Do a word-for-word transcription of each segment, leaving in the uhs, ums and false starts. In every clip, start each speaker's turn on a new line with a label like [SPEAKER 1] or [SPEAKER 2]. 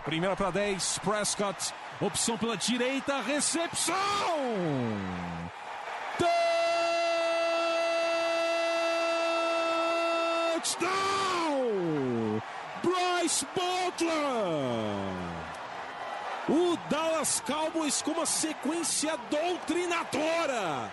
[SPEAKER 1] Primeira para dez, Prescott, opção pela direita, recepção! Touchdown! Bryce Butler! O Dallas Cowboys com uma sequência doutrinadora.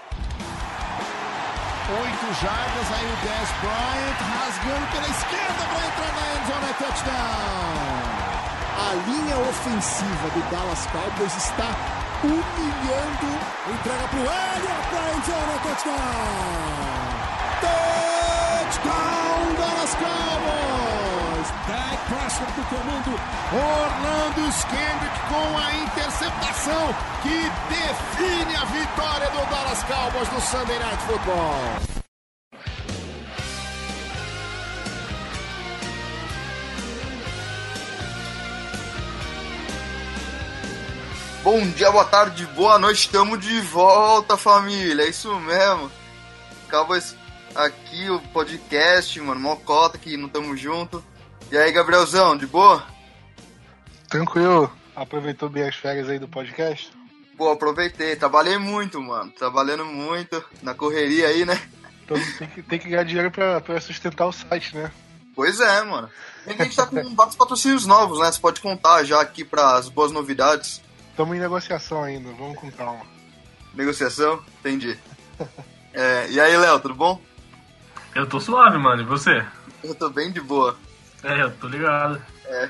[SPEAKER 2] Oito jardas, aí o Dez Bryant rasgando pela esquerda para entrar na endzone, touchdown! A linha ofensiva do Dallas Cowboys está humilhando. Entrega para o Elliott para endzone, touchdown! Touchdown, Dallas Cowboys!
[SPEAKER 1] Dak Prescott do comando.
[SPEAKER 2] Orlando Scandrick com a interceptação que define a vitória do Dallas Cowboys no Sunday Night Football.
[SPEAKER 3] Bom dia, boa tarde, boa noite, estamos de volta, família, é isso mesmo. Cowboys aqui, o podcast, mano, mocota que não tamo junto. E aí, Gabrielzão, de boa?
[SPEAKER 4] Tranquilo. Aproveitou bem as férias aí do podcast?
[SPEAKER 3] Pô, aproveitei. Trabalhei muito, mano. Trabalhando muito. Na correria aí, né?
[SPEAKER 4] Então tem que, tem que ganhar dinheiro pra, pra sustentar o site, né?
[SPEAKER 3] Pois é, mano. E a gente tá com vários patrocínios novos, né? Você pode contar já aqui pras boas novidades.
[SPEAKER 4] Estamos em negociação ainda. Vamos com calma.
[SPEAKER 3] Negociação? Entendi. É, e aí, Léo, tudo bom?
[SPEAKER 5] Eu tô suave, mano. E você?
[SPEAKER 3] Eu tô bem de boa.
[SPEAKER 5] É, eu tô ligado.
[SPEAKER 3] É.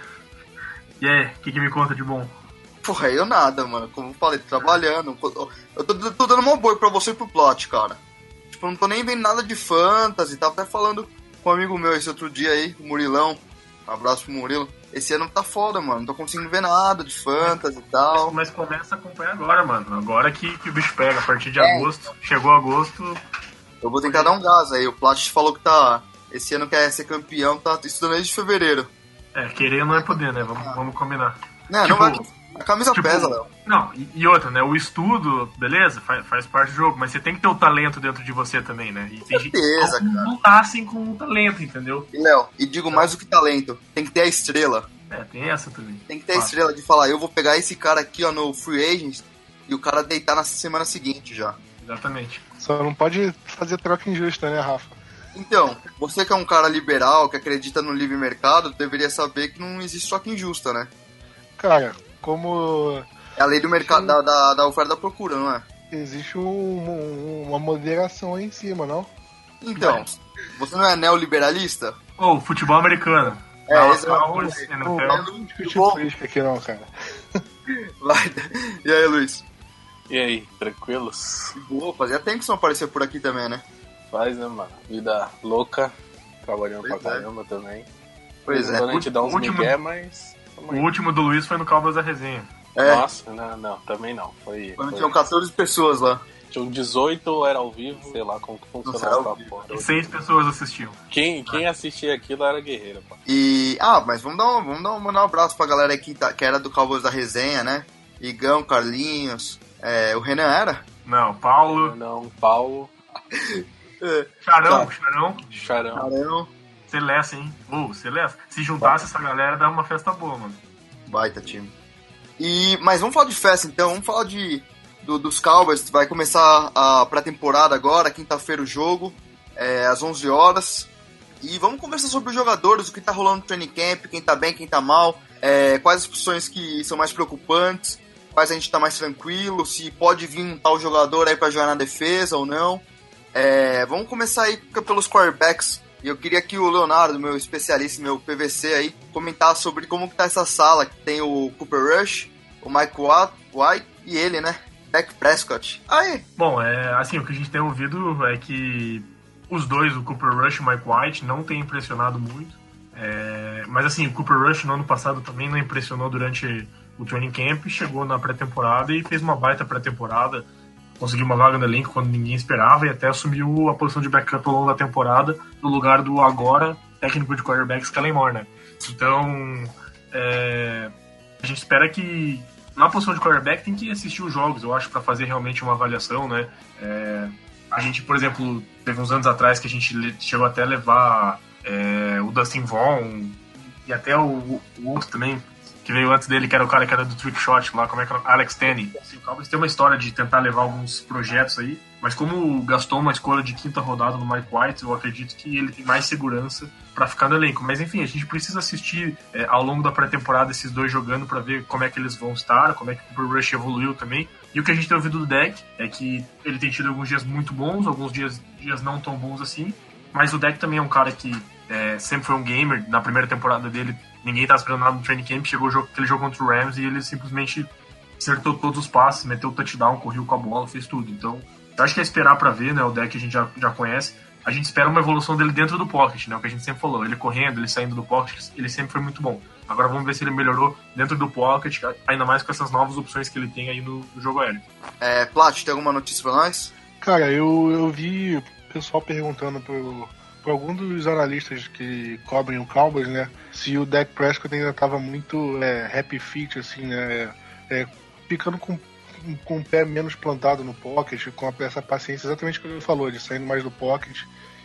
[SPEAKER 5] E aí, o que, que me conta de bom?
[SPEAKER 3] Porra, eu nada, mano. Como eu falei, tô trabalhando. Eu tô, tô dando uma boi pra você e pro plot, cara. Tipo, eu não tô nem vendo nada de fantasy. Tava até falando com um amigo meu esse outro dia aí, o Murilão. Um abraço pro Murilo. Esse ano tá foda, mano. Não tô conseguindo ver nada de fantasy e tal.
[SPEAKER 5] Mas começa a acompanhar agora, mano. Agora que, que o bicho pega. A partir de é. agosto. Chegou agosto.
[SPEAKER 3] Eu vou tentar dar um gás aí. O Plat falou que tá... Esse ano quer ser campeão, tá estudando desde fevereiro.
[SPEAKER 5] É, querer não é poder, né? Vamos, vamos combinar.
[SPEAKER 3] Não,
[SPEAKER 5] tipo,
[SPEAKER 3] não vai... A camisa
[SPEAKER 5] tipo,
[SPEAKER 3] pesa, Léo.
[SPEAKER 5] Não, e, e outra, né? O estudo, beleza, faz, faz parte do jogo, mas você tem que ter o talento dentro de você também, né? E tem
[SPEAKER 3] certeza,
[SPEAKER 5] gente que
[SPEAKER 3] cara.
[SPEAKER 5] não nascem com o talento, entendeu?
[SPEAKER 3] E, Léo, e digo mais do que talento, tem que ter a estrela.
[SPEAKER 5] É, tem essa também.
[SPEAKER 3] Tem que ter a estrela de falar, eu vou pegar esse cara aqui, ó, no Free Agents, e o cara deitar na semana seguinte já.
[SPEAKER 5] Exatamente.
[SPEAKER 4] Só não pode fazer troca injusta, né, Rafa?
[SPEAKER 3] Então, você que é um cara liberal, que acredita no livre mercado, deveria saber que não existe troca injusta, né?
[SPEAKER 4] Cara, como...
[SPEAKER 3] É a lei do mercado, da, da, da oferta e da procura, não é?
[SPEAKER 4] Existe um, um, uma moderação aí em cima, não?
[SPEAKER 3] Então, mas... você não é neoliberalista?
[SPEAKER 5] Ô, oh, futebol americano.
[SPEAKER 3] É, esse é o...
[SPEAKER 4] Não discutir política aqui não, cara.
[SPEAKER 3] Vai. E aí, Luiz?
[SPEAKER 6] E aí, tranquilos?
[SPEAKER 3] Boa, fazia tempo que você não apareceu por aqui também, né?
[SPEAKER 6] Faz, né, mano? Vida louca, trabalhando
[SPEAKER 3] pois
[SPEAKER 6] pra
[SPEAKER 3] é.
[SPEAKER 6] caramba também.
[SPEAKER 3] Pois é.
[SPEAKER 6] A gente dá uns
[SPEAKER 5] último,
[SPEAKER 6] migué, mas...
[SPEAKER 5] O último do Luiz foi no Cowboys da Resenha.
[SPEAKER 3] É.
[SPEAKER 6] Nossa, não, não, também não. Foi,
[SPEAKER 3] Quando
[SPEAKER 6] foi...
[SPEAKER 3] tinham catorze pessoas lá.
[SPEAKER 6] Tinham dezoito, era ao vivo, sei lá como que funcionava essa porra.
[SPEAKER 5] E seis pessoas assistiam.
[SPEAKER 6] Quem, quem assistia aquilo era guerreiro, pô.
[SPEAKER 3] E... Ah, mas vamos dar um, vamos dar um, mandar um abraço pra galera aqui que era do Cowboys da Resenha, né? Igão, Carlinhos... É, o Renan era?
[SPEAKER 5] Não, Paulo...
[SPEAKER 6] Não, Paulo...
[SPEAKER 3] é.
[SPEAKER 5] Charão,
[SPEAKER 3] tá.
[SPEAKER 5] Charão...
[SPEAKER 6] Charão.
[SPEAKER 3] Charão.
[SPEAKER 5] Celeste, hein? Ô, oh, Celeste. Se juntasse essa galera, dava uma festa boa, mano.
[SPEAKER 3] Baita time. E, mas vamos falar de festa, então. Vamos falar de, do, dos Cowboys. Vai começar a pré-temporada agora, quinta-feira o jogo, é, às onze horas. E vamos conversar sobre os jogadores, o que tá rolando no training camp, quem tá bem, quem tá mal, é, quais as posições que são mais preocupantes, quais a gente tá mais tranquilo, se pode vir um tal jogador aí pra jogar na defesa ou não. É, vamos começar aí pelos quarterbacks. E eu queria que o Leonardo, meu especialista, meu P V C aí, comentasse sobre como que tá essa sala, que tem o Cooper Rush, o Mike White e ele, né? Dak Prescott. Aí!
[SPEAKER 5] Bom, é, assim, o que a gente tem ouvido é que os dois, o Cooper Rush e o Mike White, não têm impressionado muito. É, mas assim, o Cooper Rush no ano passado também não impressionou durante o training camp, chegou na pré-temporada e fez uma baita pré-temporada. Conseguiu uma vaga no elenco quando ninguém esperava e até assumiu a posição de backup ao longo da temporada no lugar do agora técnico de quarterbacks, Kellen Moore, né? Então, é, a gente espera que na posição de quarterback tem que assistir os jogos, eu acho, para fazer realmente uma avaliação, né? É, a gente, por exemplo, teve uns anos atrás que a gente chegou até a levar é, o Dustin Vaughn e até o, o outro também, que veio antes dele, que era o cara que era do trick shot lá, como é que era? Alex Tenney. Assim, o Cowboys tem uma história de tentar levar alguns projetos aí, mas como gastou uma escolha de quinta rodada no Mike White, eu acredito que ele tem mais segurança para ficar no elenco. Mas enfim, a gente precisa assistir é, ao longo da pré-temporada esses dois jogando para ver como é que eles vão estar, como é que o Cooper Rush evoluiu também. E o que a gente tem ouvido do deck é que ele tem tido alguns dias muito bons, alguns dias, dias não tão bons assim, mas o deck também é um cara que é, sempre foi um gamer. Na primeira temporada dele, ninguém estava esperando nada no training camp, chegou o jogo, aquele jogo contra o Rams e ele simplesmente acertou todos os passes, meteu o touchdown, correu com a bola, fez tudo. Então, eu acho que é esperar para ver, né? O deck a gente já, já conhece. A gente espera uma evolução dele dentro do pocket, né? O que a gente sempre falou. Ele correndo, ele saindo do pocket, ele sempre foi muito bom. Agora vamos ver se ele melhorou dentro do pocket, ainda mais com essas novas opções que ele tem aí no, no jogo aéreo.
[SPEAKER 3] É, Plat, tem alguma notícia pra nós?
[SPEAKER 4] Cara, eu, eu vi o pessoal perguntando pro, pro algum dos analistas que cobrem o Cowboys, né? Se o Dak Prescott ainda tava muito é, happy feet, assim, né? É, ficando com com o pé menos plantado no pocket, com essa paciência, exatamente o que ele falou, de saindo mais do pocket.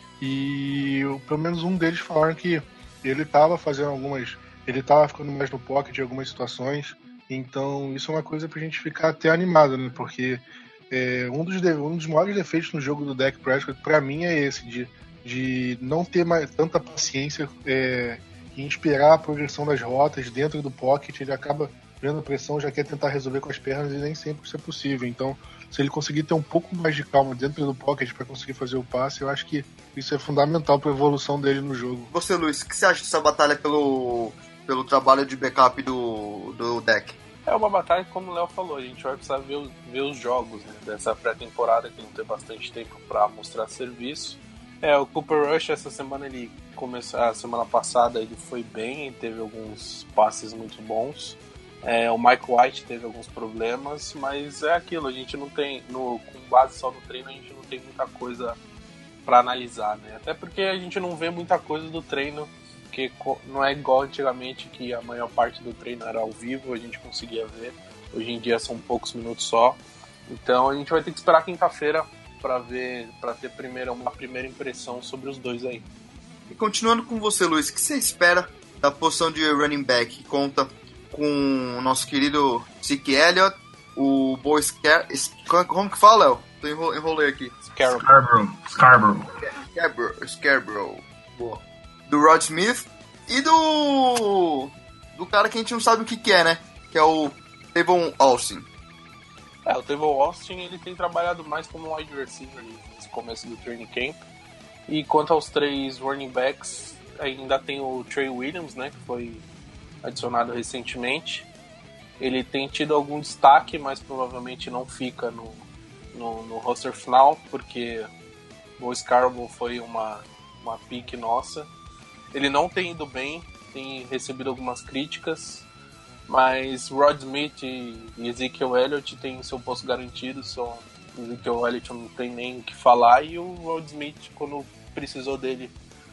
[SPEAKER 4] E eu, pelo menos um deles falaram que ele estava fazendo algumas, ele estava ficando mais no pocket em algumas situações. Então isso é uma coisa pra gente ficar até animado, né? Porque é, um, dos de, um dos maiores defeitos no jogo do Dak Prescott pra mim é esse, de, de não ter mais, tanta paciência é, em esperar a progressão das rotas dentro do pocket. Ele acaba vendo a pressão, já quer tentar resolver com as pernas e nem sempre isso é possível. Então, se ele conseguir ter um pouco mais de calma dentro do pocket para conseguir fazer o passe, eu acho que isso é fundamental para a evolução dele no jogo.
[SPEAKER 3] Você, Luiz, o que você acha dessa batalha pelo, pelo trabalho de backup do, do deck?
[SPEAKER 6] É uma batalha, como o Léo falou, a gente vai precisar ver, os, ver os jogos, né, dessa pré-temporada, que não tem bastante tempo para mostrar serviço. É, o Cooper Rush, essa semana, ele começou, a semana passada ele foi bem, teve alguns passes muito bons. É, o Mike White teve alguns problemas, mas é aquilo, a gente não tem, no, com base só no treino, a gente não tem muita coisa para analisar, né? Até porque a gente não vê muita coisa do treino, que não é igual antigamente, que a maior parte do treino era ao vivo, a gente conseguia ver. Hoje em dia são poucos minutos só. Então a gente vai ter que esperar quinta-feira para ver, para ter primeiro, uma primeira impressão sobre os dois aí.
[SPEAKER 3] E continuando com você, Luiz, o que você espera da posição de running back, que conta com o nosso querido Zeke Elliott, o Bo Scar... Como que fala, Léo? Tô enro... enrolei aqui.
[SPEAKER 5] Scarborough. Scarborough.
[SPEAKER 3] Scarborough. Scarborough. Boa. Do Rod Smith e do... do cara que a gente não sabe o que que é, né? Que é o Tavon Austin.
[SPEAKER 6] É, o Tavon Austin, ele tem trabalhado mais como wide receiver nesse começo do training camp. E quanto aos três running backs, ainda tem o Trey Williams, né? Que foi adicionado recentemente. Ele tem tido algum destaque, mas provavelmente não fica no, no, no roster final, porque o Scarborough foi uma, uma pick nossa. Ele não tem ido bem, tem recebido algumas críticas, mas Rod Smith e Ezekiel Elliott têm seu posto garantido, só Ezekiel Elliott não tem nem o que falar, e o Rod Smith, quando precisou dele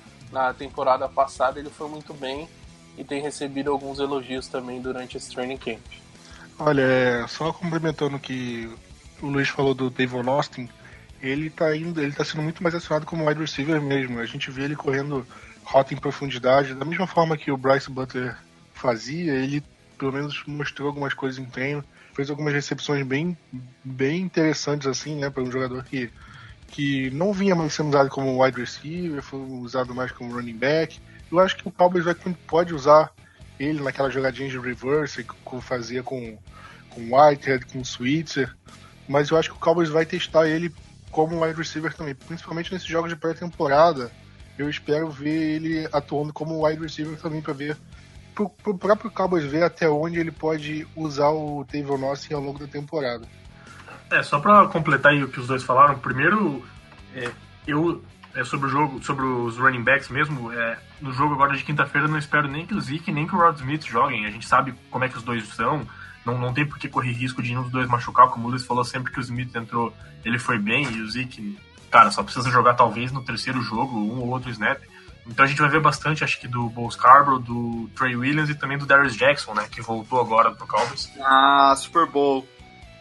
[SPEAKER 6] na temporada passada, ele foi muito bem, e tem recebido alguns elogios também durante esse training camp.
[SPEAKER 4] Olha, é, só complementando o que o Luiz falou do Tavon Austin, ele tá indo, ele tá sendo muito mais acionado como wide receiver mesmo. A gente vê ele correndo rota em profundidade, da mesma forma que o Bryce Butler fazia. Ele pelo menos mostrou algumas coisas em treino, fez algumas recepções bem, bem interessantes assim, né, para um jogador que, que não vinha mais sendo usado como wide receiver, foi usado mais como running back. Eu acho que o Cowboys vai, pode usar ele naquela jogadinha de reverse que fazia com, com Whitehead, com Switzer, mas eu acho que o Cowboys vai testar ele como wide receiver também, principalmente nesses jogos de pré-temporada. Eu espero ver ele atuando como wide receiver também, para ver, pro, pro próprio Cowboys ver até onde ele pode usar o Tavon Austin ao longo da temporada.
[SPEAKER 5] É, só para completar aí o que os dois falaram, primeiro, é, eu... É, sobre o jogo, sobre os running backs mesmo, é, no jogo agora de quinta-feira eu não espero nem que o Zeke nem que o Rod Smith joguem. A gente sabe como é que os dois são, não, não tem por que correr risco de nenhum dos dois machucar. Como o Luiz falou, sempre que o Smith entrou, ele foi bem, e o Zeke, cara, só precisa jogar talvez no terceiro jogo, um ou outro snap. Então a gente vai ver bastante, acho que do Bo Scarborough, do Trey Williams e também do Darius Jackson, né, que voltou agora pro Cowboys.
[SPEAKER 3] Ah, Super Bowl.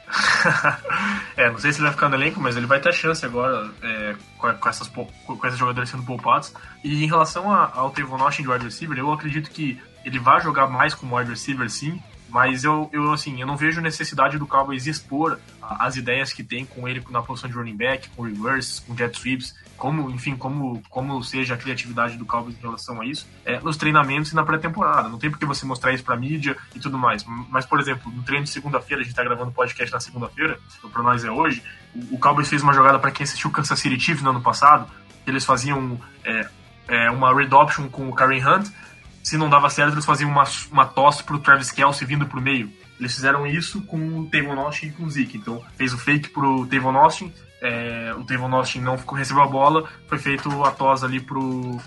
[SPEAKER 5] É, não sei se ele vai ficar no elenco, mas ele vai ter chance agora é, com, com, essas, com esses jogadores sendo poupados. E em relação a, ao Tavon Austin de wide receiver, eu acredito que ele vai jogar mais como wide receiver, sim. Mas eu, eu, assim, eu não vejo necessidade do Cowboys expor as ideias que tem com ele na posição de running back, com reverse, com jet sweeps, como, enfim, como, como seja a criatividade do Cowboys em relação a isso, é, nos treinamentos e na pré-temporada. Não tem por que você mostrar isso pra mídia e tudo mais. Mas, por exemplo, no treino de segunda-feira, a gente tá gravando o podcast na segunda-feira, então pra nós é hoje, o, o Cowboys fez uma jogada pra quem assistiu o Kansas City Chiefs no ano passado, eles faziam é, é, uma read option com o Kareem Hunt. Se não dava certo, eles faziam uma, uma tosse pro Travis Kelce vindo pro meio. Eles fizeram isso com o Tavon Austin e com o Zeke. Então, fez o fake pro Tavon Austin, é, o Tavon Austin não ficou, recebeu a bola, foi feito a tosse ali pro,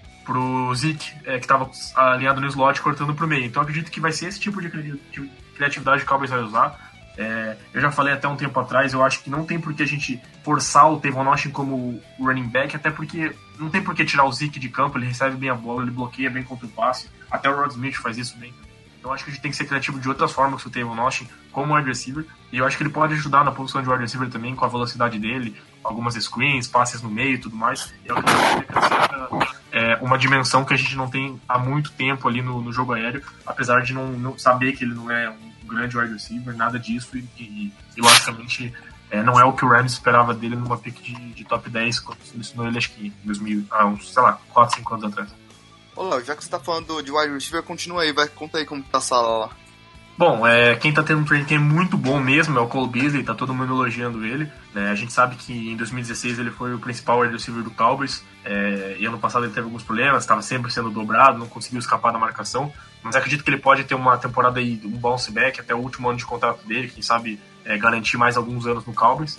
[SPEAKER 5] pro Zeke, é, que estava alinhado no slot, cortando pro meio. Então, eu acredito que vai ser esse tipo de criatividade que o Cowboys vai usar. É, eu já falei até um tempo atrás, eu acho que não tem por que a gente forçar o Tavon Austin como running back, até porque não tem por que tirar o Zeke de campo, ele recebe bem a bola, ele bloqueia bem contra o passe, até o Rod Smith faz isso bem. Então eu acho que a gente tem que ser criativo de outras formas com o Tavon Austin como wide receiver, e eu acho que ele pode ajudar na posição de wide receiver também, com a velocidade dele, algumas screens, passes no meio e tudo mais. Eu acredito que seja é, uma dimensão que a gente não tem há muito tempo ali no, no jogo aéreo, apesar de não, não saber que ele não é um grande wide receiver, nada disso, e, e, e logicamente é, não é o que o Rams esperava dele numa pick de, de top dez, quando selecionou ele, acho que em dois mil, ah, uns, sei lá, quatro, cinco anos atrás.
[SPEAKER 3] Ô Léo, já que você tá falando de wide receiver, continua aí, vai, conta aí como tá a sala lá.
[SPEAKER 5] Bom, é, quem tá tendo um training camp muito bom mesmo é o Cole Beasley, tá todo mundo elogiando ele, né? A gente sabe que em dois mil e dezesseis ele foi o principal wide receiver do Cowboys, é, e ano passado ele teve alguns problemas, estava sempre sendo dobrado, não conseguiu escapar da marcação, mas acredito que ele pode ter uma temporada aí, um bounce back até o último ano de contrato dele, quem sabe é, garantir mais alguns anos no Cowboys.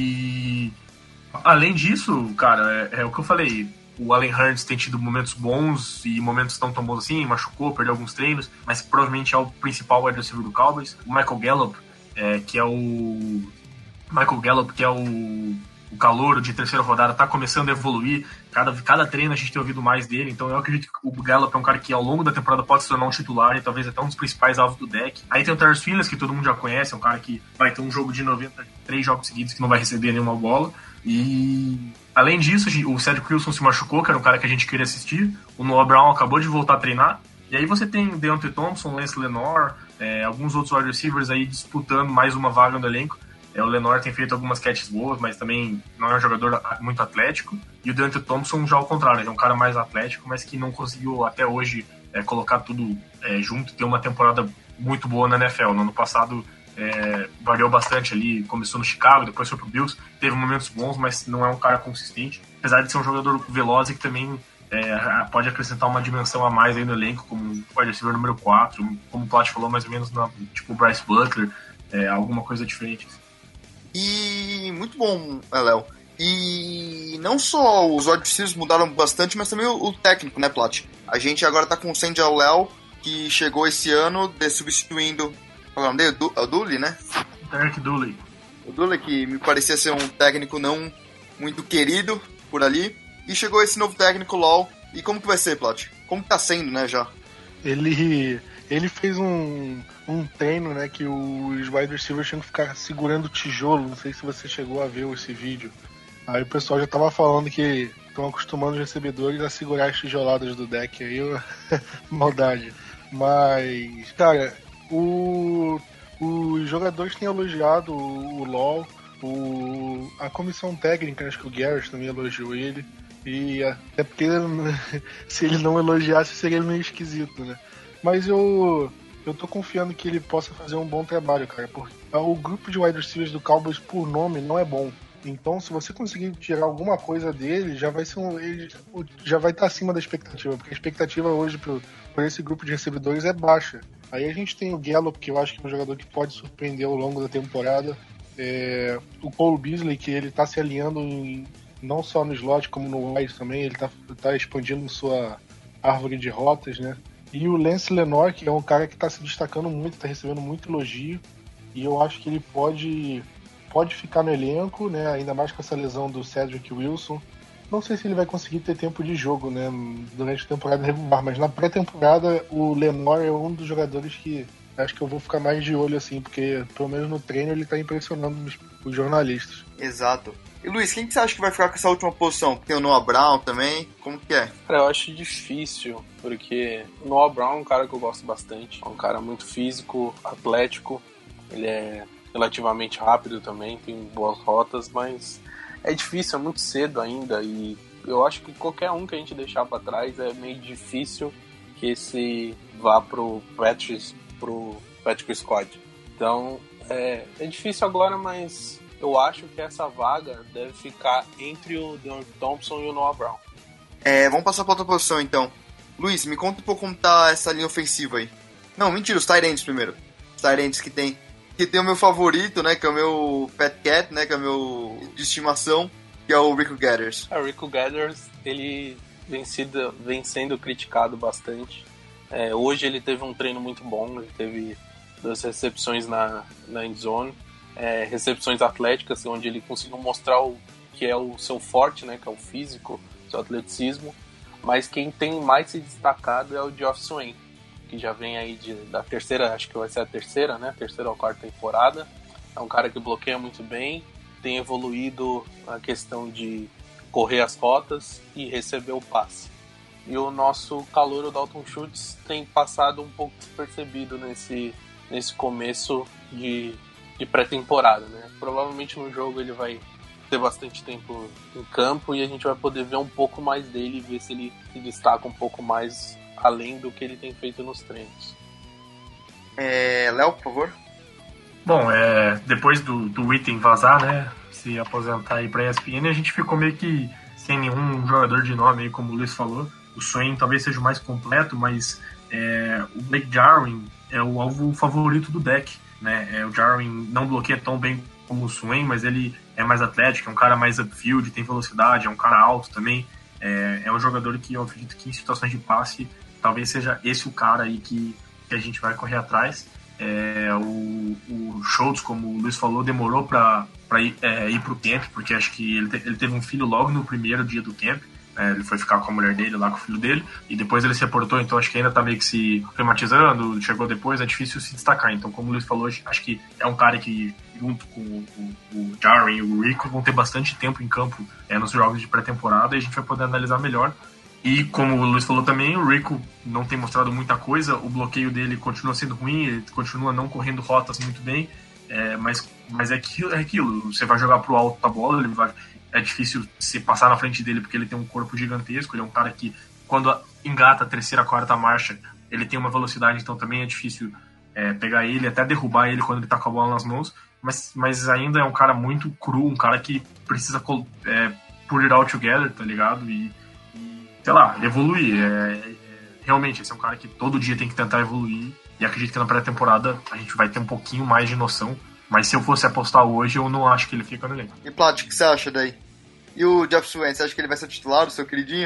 [SPEAKER 5] E além disso, cara, é, é o que eu falei, o Allen Hurts tem tido momentos bons e momentos não tão bons assim, machucou, perdeu alguns treinos, mas provavelmente é o principal wide receiver do Cowboys. O Michael Gallup, é, que é o Michael Gallup, que é o, o calouro de terceira rodada, tá começando a evoluir. Cada, cada treino a gente tem ouvido mais dele, então eu acredito que o Gallup é um cara que ao longo da temporada pode se tornar um titular e talvez até um dos principais alvos do deck. Aí tem o Terrence Williams, que todo mundo já conhece, é um cara que vai ter um jogo de noventa e três jogos seguidos que não vai receber nenhuma bola. E além disso, o Cedric Wilson se machucou, que era um cara que a gente queria assistir. O Noah Brown acabou de voltar a treinar. E aí você tem Deontay Thompson, Lance Lenoir, é, alguns outros wide receivers aí disputando mais uma vaga no elenco. É, o Lenoir tem feito algumas catches boas, mas também não é um jogador muito atlético. E o Deontay Thompson já ao contrário, ele é um cara mais atlético, mas que não conseguiu até hoje é, colocar tudo é, junto e ter uma temporada muito boa na N F L. No ano passado é, variou bastante ali, começou no Chicago, depois foi pro Bills, teve momentos bons, mas não é um cara consistente. Apesar de ser um jogador veloz e que também é, pode acrescentar uma dimensão a mais aí no elenco, como o wide receiver número quatro, como o Plat falou, mais ou menos na, tipo o Bryce Butler, é, alguma coisa diferente.
[SPEAKER 3] E muito bom, Léo. E não só os wide receivers mudaram bastante, mas também o, o técnico, né, Plat? A gente agora tá com o Sandy Léo, que chegou esse ano de, substituindo qual é o nome dele? O Dooley, né?
[SPEAKER 5] Derek Dooley.
[SPEAKER 3] O Dooley, que me parecia ser um técnico não muito querido por ali. E chegou esse novo técnico, Law. E como que vai ser, Plat? Como que tá sendo, né, já?
[SPEAKER 4] Ele, ele fez um, um treino, né, que os wide receivers tinham que ficar segurando o tijolo. Não sei se você chegou a ver esse vídeo. Aí o pessoal já tava falando que estão acostumando os recebedores a segurar as tijoladas do deck. Aí, eu... maldade. Mas, cara, o... os jogadores têm elogiado o, o Law. O... A comissão técnica, acho que o Garrett também elogiou ele. E até porque se ele não elogiasse seria meio esquisito, né? Mas eu, eu tô confiando que ele possa fazer um bom trabalho, cara. Porque o grupo de wide receivers do Cowboys por nome não é bom. Então, se você conseguir tirar alguma coisa dele, já vai ser um, ele já vai estar acima da expectativa, porque a expectativa hoje por, por esse grupo de recebedores é baixa. Aí a gente tem o Gallup, que eu acho que é um jogador que pode surpreender ao longo da temporada. É, o Cole Beasley, que ele está se alinhando em, não só no slot, como no wide também, ele está tá expandindo sua árvore de rotas, né? E o Lance Lenoir, que é um cara que está se destacando muito, está recebendo muito elogio, e eu acho que ele pode... pode ficar no elenco, né? Ainda mais com essa lesão do Cedric Wilson. Não sei se ele vai conseguir ter tempo de jogo, né, durante a temporada regular, mas na pré-temporada o Lenoir é um dos jogadores que acho que eu vou ficar mais de olho assim, porque pelo menos no treino ele tá impressionando os, os jornalistas.
[SPEAKER 3] Exato. E Luiz, quem que você acha que vai ficar com essa última posição? Tem o Noah Brown também, como que é?
[SPEAKER 6] Cara, eu acho difícil, porque o Noah Brown é um cara que eu gosto bastante, é um cara muito físico, atlético, ele é relativamente rápido também, tem boas rotas, mas é difícil, é muito cedo ainda, e eu acho que qualquer um que a gente deixar pra trás é meio difícil que esse vá pro Patrick, pro Patrick Squad. Então, é, é difícil agora, mas eu acho que essa vaga deve ficar entre o Deon Thompson e o Noah Brown.
[SPEAKER 3] É, vamos passar pra outra posição então. Luiz, me conta um pouco como tá essa linha ofensiva aí. Não, mentira, os tight ends primeiro. Os tight ends que tem, que tem o meu favorito, né, que é o meu pet cat, né, que é o meu de estimação, que é o Rico Gathers.
[SPEAKER 6] O Rico Gathers, ele vem, sido, vem sendo criticado bastante. É, hoje ele teve um treino muito bom, ele teve duas recepções na, na end zone. É, recepções atléticas, onde ele conseguiu mostrar o que é o seu forte, né, que é o físico, seu atleticismo, mas quem tem mais se destacado é o Geoff Swain, que já vem aí de, da terceira, acho que vai ser a terceira, né, terceira ou quarta temporada. É um cara que bloqueia muito bem, tem evoluído a questão de correr as rotas e receber o passe. E o nosso calouro Dalton Schultz tem passado um pouco despercebido nesse, nesse começo de de pré-temporada, né? Provavelmente no jogo ele vai ter bastante tempo em campo e a gente vai poder ver um pouco mais dele e ver se ele se destaca um pouco mais além do que ele tem feito nos treinos.
[SPEAKER 3] É, Léo, por favor.
[SPEAKER 5] Bom, é, depois do, do Witten vazar, né, se aposentar aí pra E S P N, a gente ficou meio que sem nenhum jogador de nome aí, como o Luiz falou. O Swain talvez seja o mais completo, mas é, o Blake Jarwin é o alvo favorito do deck. Né? É, o Jarwin não bloqueia tão bem como o Swain, mas ele é mais atlético, é um cara mais upfield, tem velocidade, é um cara alto também. É, é um jogador que eu acredito que em situações de passe talvez seja esse o cara aí que, que a gente vai correr atrás. É, o, o Schultz, como o Luiz falou, demorou para ir, é, ir pro camp, porque acho que ele, te, ele teve um filho logo no primeiro dia do camp. É, ele foi ficar com a mulher dele lá, com o filho dele, e depois ele se reportou, então acho que ainda tá meio que se climatizando, chegou depois, é difícil se destacar. Então, como o Luiz falou, acho que é um cara que, junto com o, o Jarwin e o Rico, vão ter bastante tempo em campo é, nos jogos de pré-temporada, e a gente vai poder analisar melhor. E como o Luiz falou também, o Rico não tem mostrado muita coisa, o bloqueio dele continua sendo ruim, ele continua não correndo rotas muito bem, é, mas, mas é, aquilo, é aquilo, você vai jogar pro alto a bola, ele vai... É difícil se passar na frente dele porque ele tem um corpo gigantesco, ele é um cara que quando engata a terceira, quarta marcha, ele tem uma velocidade, então também é difícil é, pegar ele, até derrubar ele quando ele tá com a bola nas mãos, mas, mas ainda é um cara muito cru, um cara que precisa é, pull it all together, tá ligado? E, e sei lá, evoluir. É, é, realmente, esse é um cara que todo dia tem que tentar evoluir, e acredito que na pré-temporada a gente vai ter um pouquinho mais de noção. Mas se eu fosse apostar hoje, eu não acho que ele fica no elenco.
[SPEAKER 3] E Plat, o que você acha daí? E o Geoff Swain, você acha que ele vai ser titular, o seu queridinho?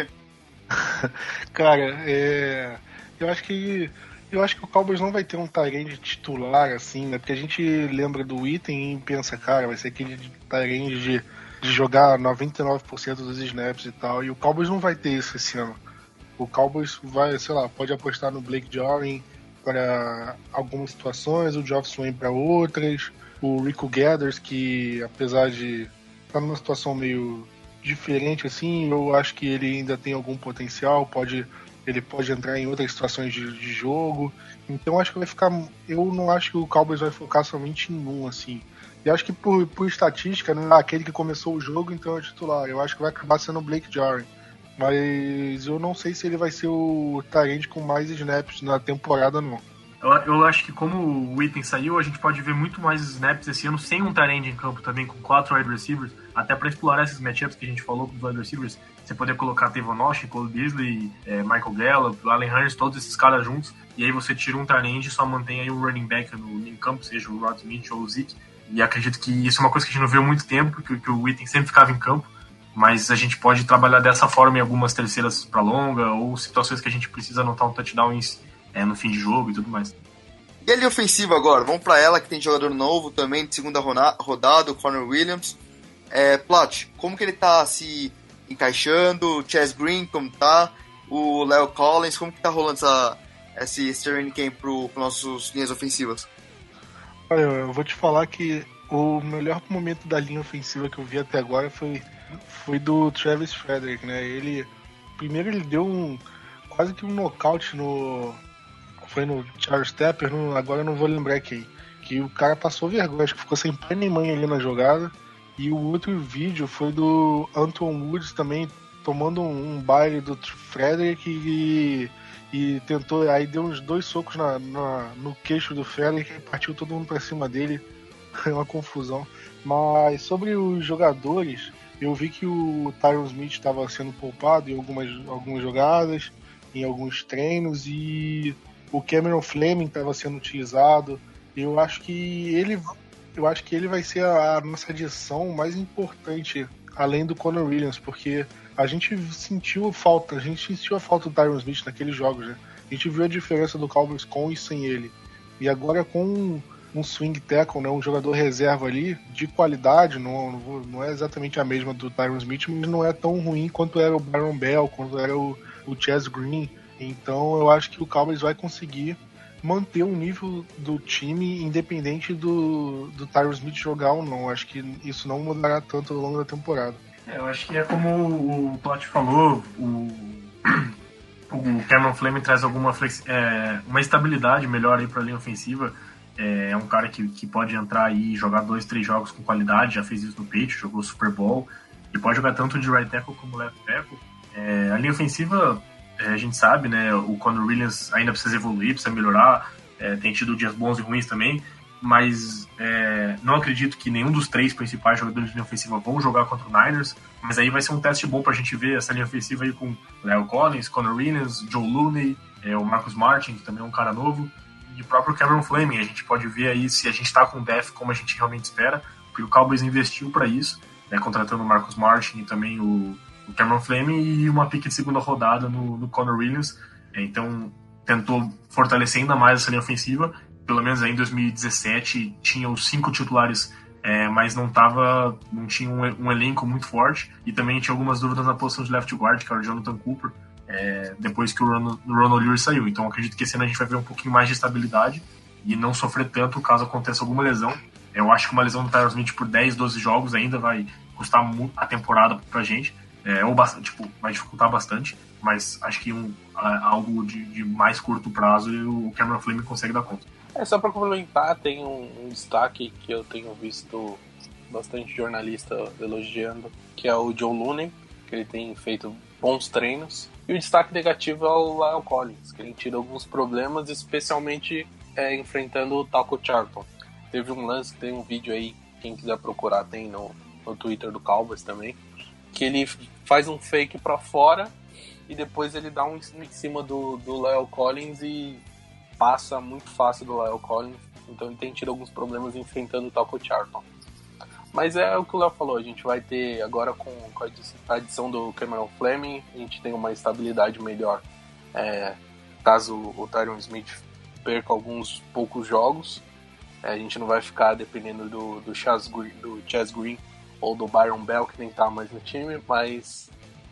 [SPEAKER 4] Cara, é... eu acho que eu acho que o Cowboys não vai ter um tight end titular assim, né? Porque a gente lembra do Witten e pensa, cara, vai ser aquele tight end de, de jogar noventa e nove por cento dos snaps e tal. E o Cowboys não vai ter isso esse ano. O Cowboys vai, sei lá, pode apostar no Blake Jarwin para algumas situações, o Geoff Swain para outras. O Rico Gathers, que apesar de estar numa situação meio diferente assim, eu acho que ele ainda tem algum potencial, pode, ele pode entrar em outras situações de, de jogo, então acho que vai ficar, eu não acho que o Cowboys vai focar somente em um assim, e acho que por, por estatística, não é aquele que começou o jogo, então é titular, eu acho que vai acabar sendo o Blake Jarwin, mas eu não sei se ele vai ser o tight end com mais snaps na temporada não.
[SPEAKER 5] Eu, eu acho que como o Witten saiu, a gente pode ver muito mais snaps esse ano sem um tight end em campo também, com quatro wide receivers, até para explorar esses matchups que a gente falou com os wide receivers, você poder colocar Tavon Austin, Cole Beasley, é, Michael Gallup, Allen Hurst, todos esses caras juntos, e aí você tira um tight end e só mantém aí o running back no, em campo, seja o Rod Smith ou o Zeke, e acredito que isso é uma coisa que a gente não viu há muito tempo, que, que o Witten sempre ficava em campo, mas a gente pode trabalhar dessa forma em algumas terceiras para longa, ou situações que a gente precisa anotar um touchdown em, é, no fim de jogo e tudo mais.
[SPEAKER 3] E a linha ofensiva agora? Vamos pra ela, que tem jogador novo também, de segunda rodada, o Connor Williams. É, Plat, como que ele tá se encaixando? O Chaz Green, como tá? O Leo Collins, como que tá rolando essa, esse training camp para nossas linhas ofensivas?
[SPEAKER 4] Olha, eu vou te falar que o melhor momento da linha ofensiva que eu vi até agora foi, foi do Travis Frederick, né? Ele, primeiro ele deu um, quase que um nocaute no... Foi no Charles Tepper, no, agora eu não vou lembrar quem. Que o cara passou vergonha, acho que ficou sem pai nem mãe ali na jogada. E o outro vídeo foi do Anton Woods também tomando um, um baile do Frederick e, e tentou, aí deu uns dois socos na, na, no queixo do Frederick e partiu todo mundo pra cima dele. É uma confusão. Mas sobre os jogadores, eu vi que o Tyron Smith estava sendo poupado em algumas, algumas jogadas, em alguns treinos, e o Cameron Fleming estava sendo utilizado. Eu acho que ele, eu acho que ele vai ser a, a nossa adição mais importante, além do Connor Williams, porque a gente sentiu falta, a gente sentiu a falta do Tyron Smith naqueles jogos, né? A gente viu a diferença do Cowboys com e sem ele. E agora com um swing tackle, né, um jogador reserva ali, de qualidade, não, não é exatamente a mesma do Tyron Smith, mas não é tão ruim quanto era o Byron Bell, quanto era o, o Chaz Green. Então eu acho que o Cowboys vai conseguir manter o nível do time independente do, do Tyron Smith jogar ou não. Acho que isso não mudará tanto ao longo da temporada.
[SPEAKER 5] É, eu acho que é como o Plot falou, o, o Cameron Fleming traz alguma flexi- é, uma estabilidade melhor aí para a linha ofensiva. É um cara que, que pode entrar aí e jogar dois, três jogos com qualidade, já fez isso no Patriots, jogou Super Bowl, e pode jogar tanto de right tackle como left tackle. É, a linha ofensiva, é, a gente sabe, né, o Connor Williams ainda precisa evoluir, precisa melhorar, é, tem tido dias bons e ruins também, mas é, não acredito que nenhum dos três principais jogadores de linha ofensiva vão jogar contra o Niners, mas aí vai ser um teste bom pra gente ver essa linha ofensiva aí com La'el Collins, Connor Williams, Joe Looney, é, o Marcus Martin, que também é um cara novo, e o próprio Cameron Fleming. A gente pode ver aí se a gente está com o depth como a gente realmente espera, porque o Cowboys investiu para isso, né, contratando o Marcus Martin e também o, o Cameron Fleming e uma pique de segunda rodada no, no Connor Williams. É, então tentou fortalecer ainda mais essa linha ofensiva. Pelo menos aí em dois mil e dezessete tinha os cinco titulares, é, mas não tava, não tinha um, um elenco muito forte, e também tinha algumas dúvidas na posição de left guard, que era o Jonathan Cooper, É, depois que o Ronald, o Ronald Lewis saiu. Então acredito que esse ano a gente vai ver um pouquinho mais de estabilidade e não sofrer tanto caso aconteça alguma lesão. Eu acho que uma lesão do Tyron Smith por dez, doze jogos ainda vai custar muito a temporada pra gente, é, ou bastante, tipo, vai dificultar bastante, mas acho que um, algo de, de mais curto prazo o Cameron Fleming consegue dar conta.
[SPEAKER 6] É, só para complementar, tem um, um destaque que eu tenho visto bastante jornalista elogiando, que é o Joe Looney, que ele tem feito bons treinos. E o destaque negativo é o La'el Collins, que ele tem tido alguns problemas, especialmente é, enfrentando o Taco Charlton. Teve um lance, tem um vídeo aí, quem quiser procurar, tem no, no Twitter do Cowboys também, que ele faz um fake pra fora e depois ele dá um em cima do, do La'el Collins e passa muito fácil do La'el Collins. Então ele tem tido alguns problemas enfrentando o Taco Charlton. Mas é o que o Léo falou, a gente vai ter agora com, com a adição do Cameron Fleming, a gente tem uma estabilidade melhor, é, caso o Tyron Smith perca alguns poucos jogos, é, a gente não vai ficar dependendo do, do, Chaz Green, do Chaz Green ou do Byron Bell, que nem tá mais no time, mas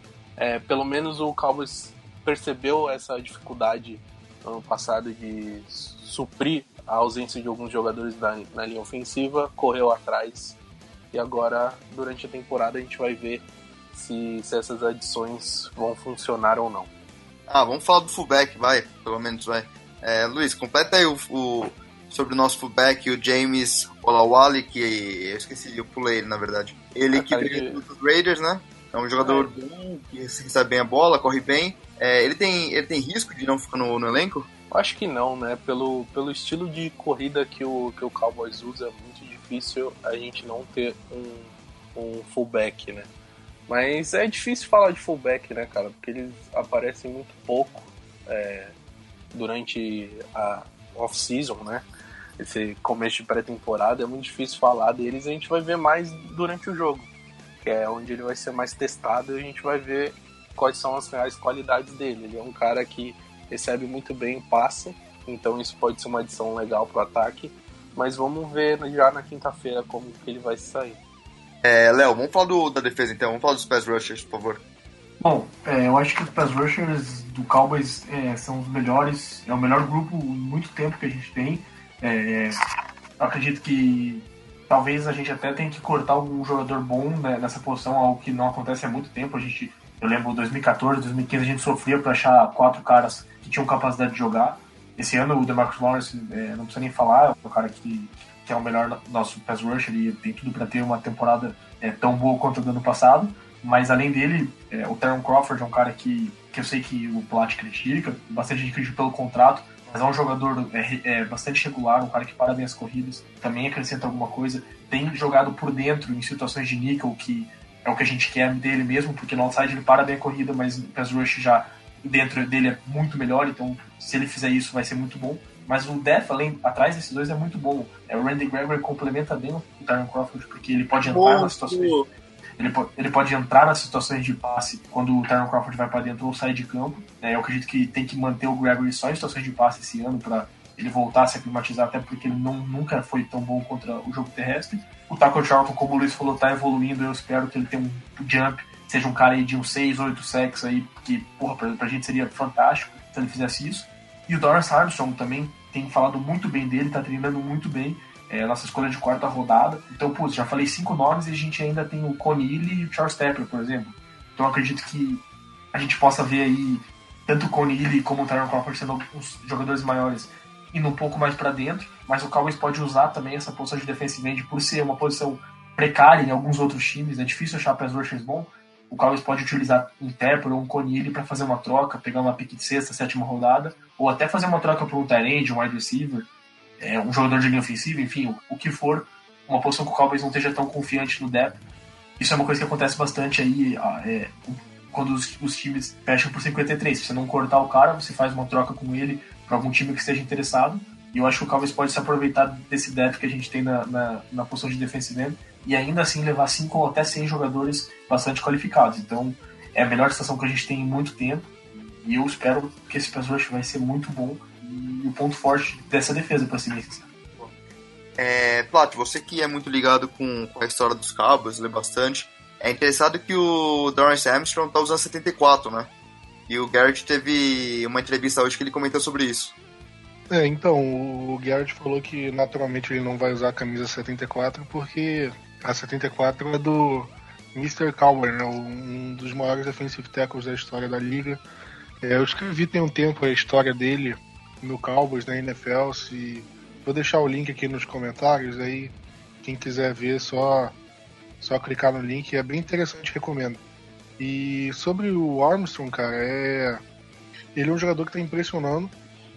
[SPEAKER 6] é, pelo menos o Cowboys percebeu essa dificuldade no ano passado de suprir a ausência de alguns jogadores da, na linha ofensiva, correu atrás. E agora, durante a temporada, a gente vai ver se, se essas adições vão funcionar ou não.
[SPEAKER 3] Ah, vamos falar do fullback, vai, pelo menos, vai. É, Luiz, completa aí o, o, sobre o nosso fullback, o James Olawale, que eu esqueci, eu pulei ele, na verdade. Ele ah, que veio de... dos Raiders, né? É um jogador é. bom, que recebe bem a bola, corre bem. É, ele, tem, ele tem risco de não ficar no, no elenco?
[SPEAKER 6] Eu acho que não, né? Pelo, pelo estilo de corrida que o, que o Cowboys usa, é muito difícil a gente não ter um, um fullback, né? Mas é difícil falar de fullback, né, cara? Porque eles aparecem muito pouco é, durante a off-season, né? Esse começo de pré-temporada é muito difícil falar deles. A gente vai ver mais durante o jogo, que é onde ele vai ser mais testado e a gente vai ver quais são as reais qualidades dele. Ele é um cara que recebe muito bem passe, então isso pode ser uma adição legal pro ataque, mas vamos ver já na quinta-feira como que ele vai sair.
[SPEAKER 3] É, Léo, vamos falar do, da defesa então, vamos falar dos pass rushers, por favor.
[SPEAKER 5] Bom, é, eu acho que os pass rushers do Cowboys é, são os melhores, é o melhor grupo em muito tempo que a gente tem. É, eu acredito que talvez a gente até tenha que cortar algum jogador bom, né, nessa posição, algo que não acontece há muito tempo. A gente, eu lembro dois mil e quatorze, dois mil e quinze, a gente sofria para achar quatro caras que tinham capacidade de jogar. Esse ano o DeMarcus Lawrence, é, não precisa nem falar, é o cara que, que é o melhor nosso pass rusher, ele tem tudo para ter uma temporada é, tão boa quanto a do ano passado. Mas além dele, é, o Terron Crawford é um cara que, que eu sei que o Plat critica, bastante gente critica pelo contrato, mas é um jogador é, é, bastante regular, um cara que para bem as corridas, também acrescenta alguma coisa, tem jogado por dentro em situações de nickel, que é o que a gente quer dele mesmo, porque no outside ele para bem a corrida, mas o pass rush já dentro dele é muito melhor, então se ele fizer isso vai ser muito bom. Mas o depth, além, atrás desses dois, é muito bom. É, o Randy Gregory complementa bem o Terron Crawford, porque ele pode entrar nas situações... Ele, ele pode entrar nas situações de passe quando o Terron Crawford vai para dentro ou sair de campo. É, eu acredito que tem que manter o Gregory só em situações de passe esse ano para ele voltar a se aclimatizar, até porque ele não, nunca foi tão bom contra o jogo terrestre. O Taco Charlton, como o Luiz falou, está evoluindo. Eu espero que ele tenha um jump, seja um cara aí de uns seis, oito sacks aí, que porra, pra, pra gente seria fantástico se ele fizesse isso. E o Dorrance Armstrong também tem falado muito bem dele, tá treinando muito bem. É a nossa escolha de quarta rodada. Então, putz, já falei cinco nomes e a gente ainda tem o Conille e o Charles Tepper, por exemplo. Então, eu acredito que a gente possa ver aí tanto o Conille como o Terron Crawford sendo os jogadores maiores indo um pouco mais para dentro, mas o Cowboys pode usar também essa posição de defensive end por ser uma posição precária em alguns outros times. É difícil achar pass rushers bom. O Cowboys pode utilizar um Tepper ou um Conille para fazer uma troca, pegar uma pick de sexta, sétima rodada, ou até fazer uma troca por um tight end, um wide receiver, é, um jogador de linha ofensiva, enfim, o, o que for, uma posição que o Cowboys não esteja tão confiante no depth. Isso é uma coisa que acontece bastante aí, é, quando os, os times fecham por cinquenta e três. Se você não cortar o cara, você faz uma troca com ele para algum time que esteja interessado, e eu acho que o Cowboys pode se aproveitar desse depth que a gente tem na, na, na posição de defensive end, e ainda assim levar cinco ou até cem jogadores bastante qualificados. Então, é a melhor situação que a gente tem em muito tempo, e eu espero que esse pass rush vai ser muito bom, e o ponto forte dessa defesa, para ser bem sincero.
[SPEAKER 3] É, Plat, você que é muito ligado com, com a história dos Cowboys, lê bastante, é interessado que o Dorrance Armstrong tá usando setenta e quatro, né? E o Garrett teve uma entrevista hoje que ele comentou sobre isso.
[SPEAKER 4] É, então, o Garrett falou que naturalmente ele não vai usar a camisa setenta e quatro porque a setenta e quatro é do mister Cowboy, né? Um dos maiores defensive tackles da história da liga. É, eu escrevi tem um tempo a história dele no Cowboys, na N F L, se... vou deixar o link aqui nos comentários, aí quem quiser ver, só, só clicar no link, é bem interessante, recomendo. E sobre o Armstrong, cara, é... ele é um jogador que tá impressionando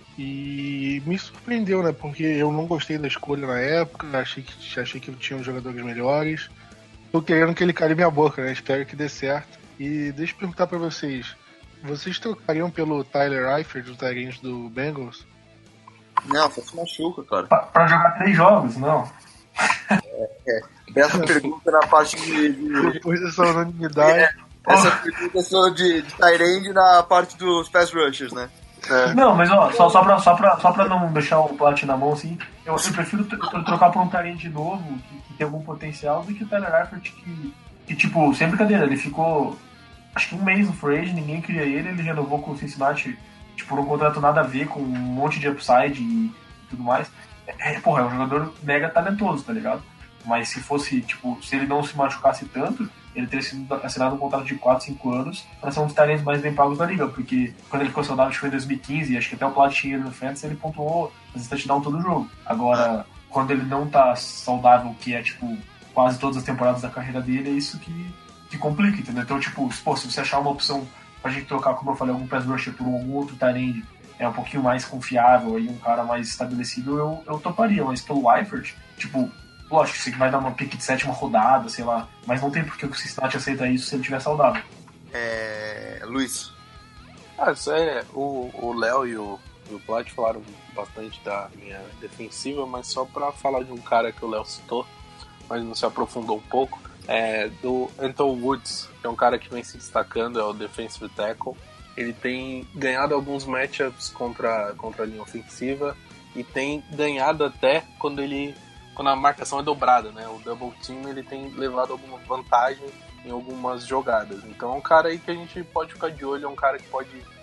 [SPEAKER 4] e me surpreendeu, né, porque eu não gostei da escolha na época, achei que, achei que tinha jogadores melhores, tô querendo que ele cale minha boca, né, espero que dê certo. E deixa eu perguntar pra vocês, vocês trocariam pelo Tyler Eifert, do tight end do Bengals?
[SPEAKER 3] Não, só se machuca, cara.
[SPEAKER 5] Pra, pra jogar três jogos, não.
[SPEAKER 3] É, é. Essa pergunta na parte de... de...
[SPEAKER 4] Depois dessa unanimidade...
[SPEAKER 3] É, essa oh. pergunta só de, de tight end na parte dos pass rushers, né?
[SPEAKER 5] É. Não, mas ó, só, só, pra, só, pra, só pra não deixar o Plat na mão, assim, eu, eu prefiro t- trocar por um tight end novo, que, que tem algum potencial, do que o Tyler Eifert, que, que, tipo, sem brincadeira, ele ficou, acho que um mês no free agent, ninguém queria ele, ele renovou com o Cincinnati, tipo, um contrato nada a ver, com um monte de upside e tudo mais. É, porra, é um jogador mega talentoso, tá ligado? Mas se fosse, tipo, se ele não se machucasse tanto, ele teria sido assinado um contrato de quatro, cinco anos para ser um dos talentos mais bem pagos da liga, porque quando ele ficou saudável, acho que foi em dois mil e quinze, acho que até o Plat tinha no Fantasy, ele pontuou as touchdowns todo jogo. Agora, quando ele não tá saudável, que é, tipo, quase todas as temporadas da carreira dele, é isso que, que complica, entendeu? Então, tipo, pô, se você achar uma opção pra gente trocar, como eu falei, algum pass rusher por algum outro tight end, é um pouquinho mais confiável e um cara mais estabelecido, eu, eu toparia, mas pelo Eifert, tipo, lógico, você vai dar uma pick de sétima rodada, sei lá, mas não tem por que o Cincinnati aceita isso se ele estiver saudável.
[SPEAKER 3] É... Luiz.
[SPEAKER 6] Ah, isso é, o Léo e o, e o Plat falaram bastante da minha defensiva, mas só pra falar de um cara que o Léo citou, mas não se aprofundou um pouco, é do Anton Woods, que é um cara que vem se destacando, é o defensive tackle. Ele tem ganhado alguns matchups contra, contra a linha ofensiva e tem ganhado até quando ele quando a marcação é dobrada, né? O double team, ele tem levado alguma vantagem em algumas jogadas. Então é um cara aí que a gente pode ficar de olho, é um cara que pode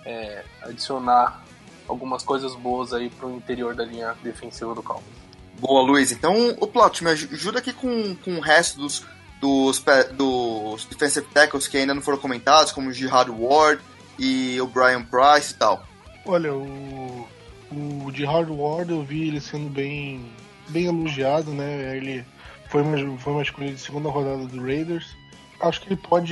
[SPEAKER 6] é, adicionar algumas coisas boas aí pro interior da linha defensiva do Cowboys.
[SPEAKER 3] Boa, Luiz. Então, o Plot, me ajuda aqui com, com o resto dos, dos, dos defensive tackles que ainda não foram comentados, como o Jihad Ward e o Brian Price e tal.
[SPEAKER 4] Olha, o, o Jihad Ward, eu vi ele sendo bem, bem elogiado, né? Ele foi uma, foi uma escolha de segunda rodada do Raiders. Acho que ele pode,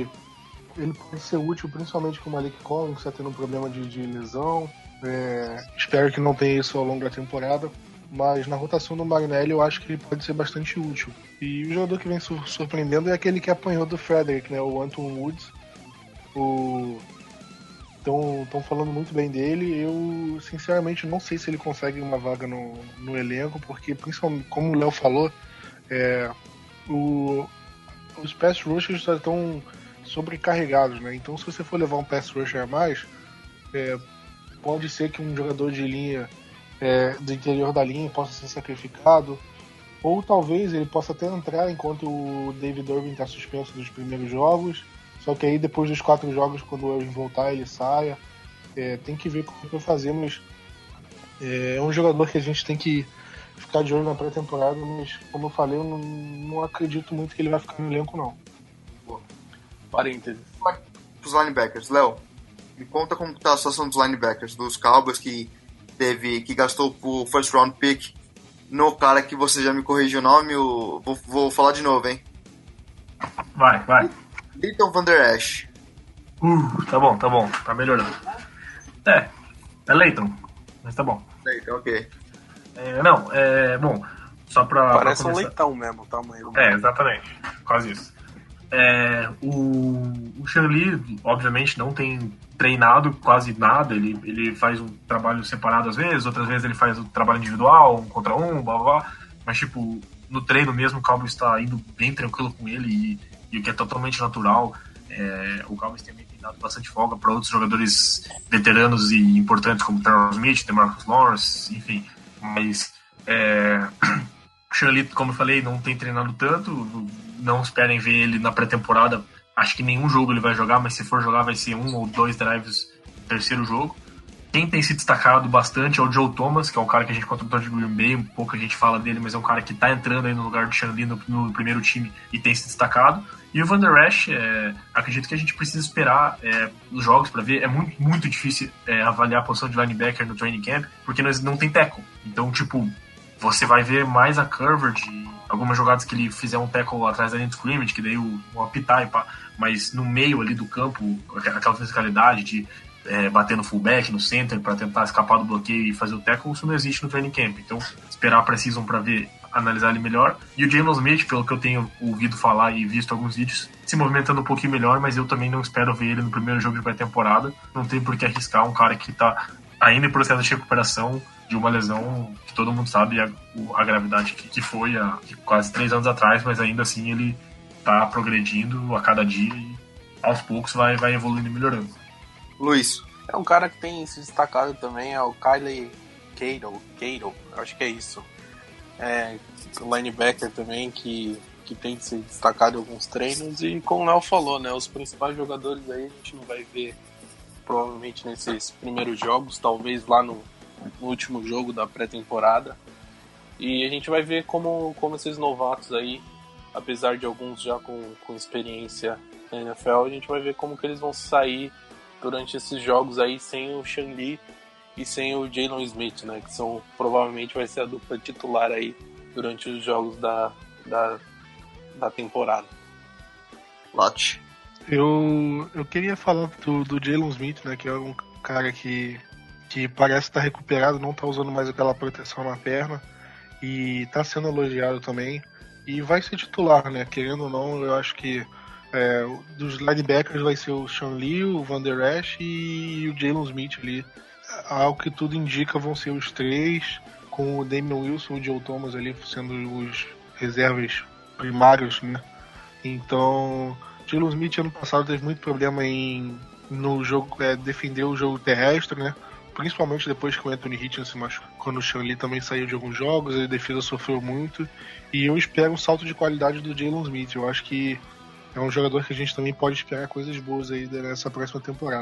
[SPEAKER 4] ele pode ser útil, principalmente com o Malik Collins, que está tendo um problema de, de lesão. É, espero que não tenha isso ao longo da temporada. Mas na rotação do Marinelli eu acho que ele pode ser bastante útil. E o jogador que vem surpreendendo é aquele que apanhou do Frederick, né? O Anton Woods. O... Estão falando muito bem dele. Eu sinceramente não sei se ele consegue uma vaga no, no elenco, porque principalmente, como o Léo falou, é, o, os pass rushers já estão sobrecarregados, né? Então se você for levar um pass rusher a mais, é, pode ser que um jogador de linha É, do interior da linha possa ser sacrificado, ou talvez ele possa até entrar enquanto o David Irving está suspenso dos primeiros jogos, só que aí depois dos quatro jogos, quando o Irving voltar, ele saia. É, tem que ver como vai fazer, mas é, é um jogador que a gente tem que ficar de olho na pré-temporada, mas como eu falei, eu não, não acredito muito que ele vai ficar no elenco, não.
[SPEAKER 6] Parênteses.
[SPEAKER 3] Os linebackers, Léo, me conta como está a situação dos linebackers, dos Cowboys que teve, que gastou o first round pick no cara que você já me corrigiu o nome, o, vou, vou falar de novo, hein?
[SPEAKER 5] Vai, vai.
[SPEAKER 3] Leighton Van Der Esch.
[SPEAKER 5] Uh, tá bom, tá bom, tá melhorando. É, é Leighton, mas tá bom.
[SPEAKER 3] Leighton, ok.
[SPEAKER 5] É, não, é, bom, só pra...
[SPEAKER 6] Parece
[SPEAKER 5] pra
[SPEAKER 6] um
[SPEAKER 5] começar...
[SPEAKER 6] leitão mesmo, o tamanho.
[SPEAKER 5] É, exatamente, quase isso. É, o o Sean Lee, obviamente, não tem treinado quase nada, ele, ele faz um trabalho separado às vezes, outras vezes ele faz o trabalho individual, um contra um, blá blá blá, mas tipo, no treino mesmo o Cowboys está indo bem tranquilo com ele e, e o que é totalmente natural. É, o Cowboys também tem dado bastante folga para outros jogadores veteranos e importantes como Terrell Smith, DeMarcus Lawrence, enfim, mas é, o Sean Lee, como eu falei, não tem treinado tanto, não esperem ver ele na pré-temporada. Acho que nenhum jogo ele vai jogar, mas se for jogar vai ser um ou dois drives no terceiro jogo. Quem tem se destacado bastante é o Joe Thomas, que é um cara que a gente contratou de Green Bay, um pouco a gente fala dele, mas é um cara que tá entrando aí no lugar do Sean Lee no, no primeiro time e tem se destacado. E o Van Der Esch, é, acredito que a gente precisa esperar é, os jogos para ver. É muito, muito difícil é, avaliar a posição de linebacker no training camp, porque nós não tem tackle. Então, tipo, você vai ver mais a coverage, algumas jogadas que ele fizer um tackle atrás da linha de scrimmage, que daí o, o apitar e pá, mas no meio ali do campo, aquela fisicalidade de é, bater no fullback, no center, para tentar escapar do bloqueio e fazer o tackle, isso não existe no training camp. Então, esperar a pre-season para ver, analisar ele melhor. E o Jalen Smith, pelo que eu tenho ouvido falar e visto alguns vídeos, se movimentando um pouquinho melhor, mas eu também não espero ver ele no primeiro jogo de pré-temporada. Não tem por que arriscar um cara que tá ainda em processo de recuperação de uma lesão que todo mundo sabe a, a gravidade que, que foi há quase três anos atrás, mas ainda assim ele tá progredindo a cada dia e aos poucos vai, vai evoluindo e melhorando.
[SPEAKER 3] Luiz.
[SPEAKER 6] É um cara que tem se destacado também, é o Kylie Cato, Cato, acho que é isso. É, o linebacker também que, que tem se destacado em alguns treinos, e como o Léo falou, né, os principais jogadores aí a gente não vai ver provavelmente nesses primeiros jogos, talvez lá no, no último jogo da pré-temporada, e a gente vai ver como, como esses novatos aí, apesar de alguns já com, com experiência na N F L, a gente vai ver como que eles vão sair durante esses jogos aí sem o Sean Lee e sem o Jalen Smith, né, que são, provavelmente vai ser a dupla titular aí durante os jogos da, da, da temporada.
[SPEAKER 3] Late.
[SPEAKER 4] Eu, eu queria falar do, do Jalen Smith, né, que é um cara que, que parece estar recuperado, não está usando mais aquela proteção na perna e está sendo elogiado também e vai ser titular, né, querendo ou não. Eu acho que é, dos linebackers vai ser o Sean Lee, o Van Der Esch e o Jalen Smith ali. Ao que tudo indica vão ser os três, com o Damian Wilson e o Joe Thomas ali sendo os reservas primários, né. Então, Jalen Smith ano passado teve muito problema em no jogo, é, defender o jogo terrestre, né? Principalmente depois que o Anthony Hitchens se machucou, quando o Sean Lee também saiu de alguns jogos, a defesa sofreu muito. E eu espero um salto de qualidade do Jalen Smith. Eu acho que é um jogador que a gente também pode esperar coisas boas aí nessa próxima temporada.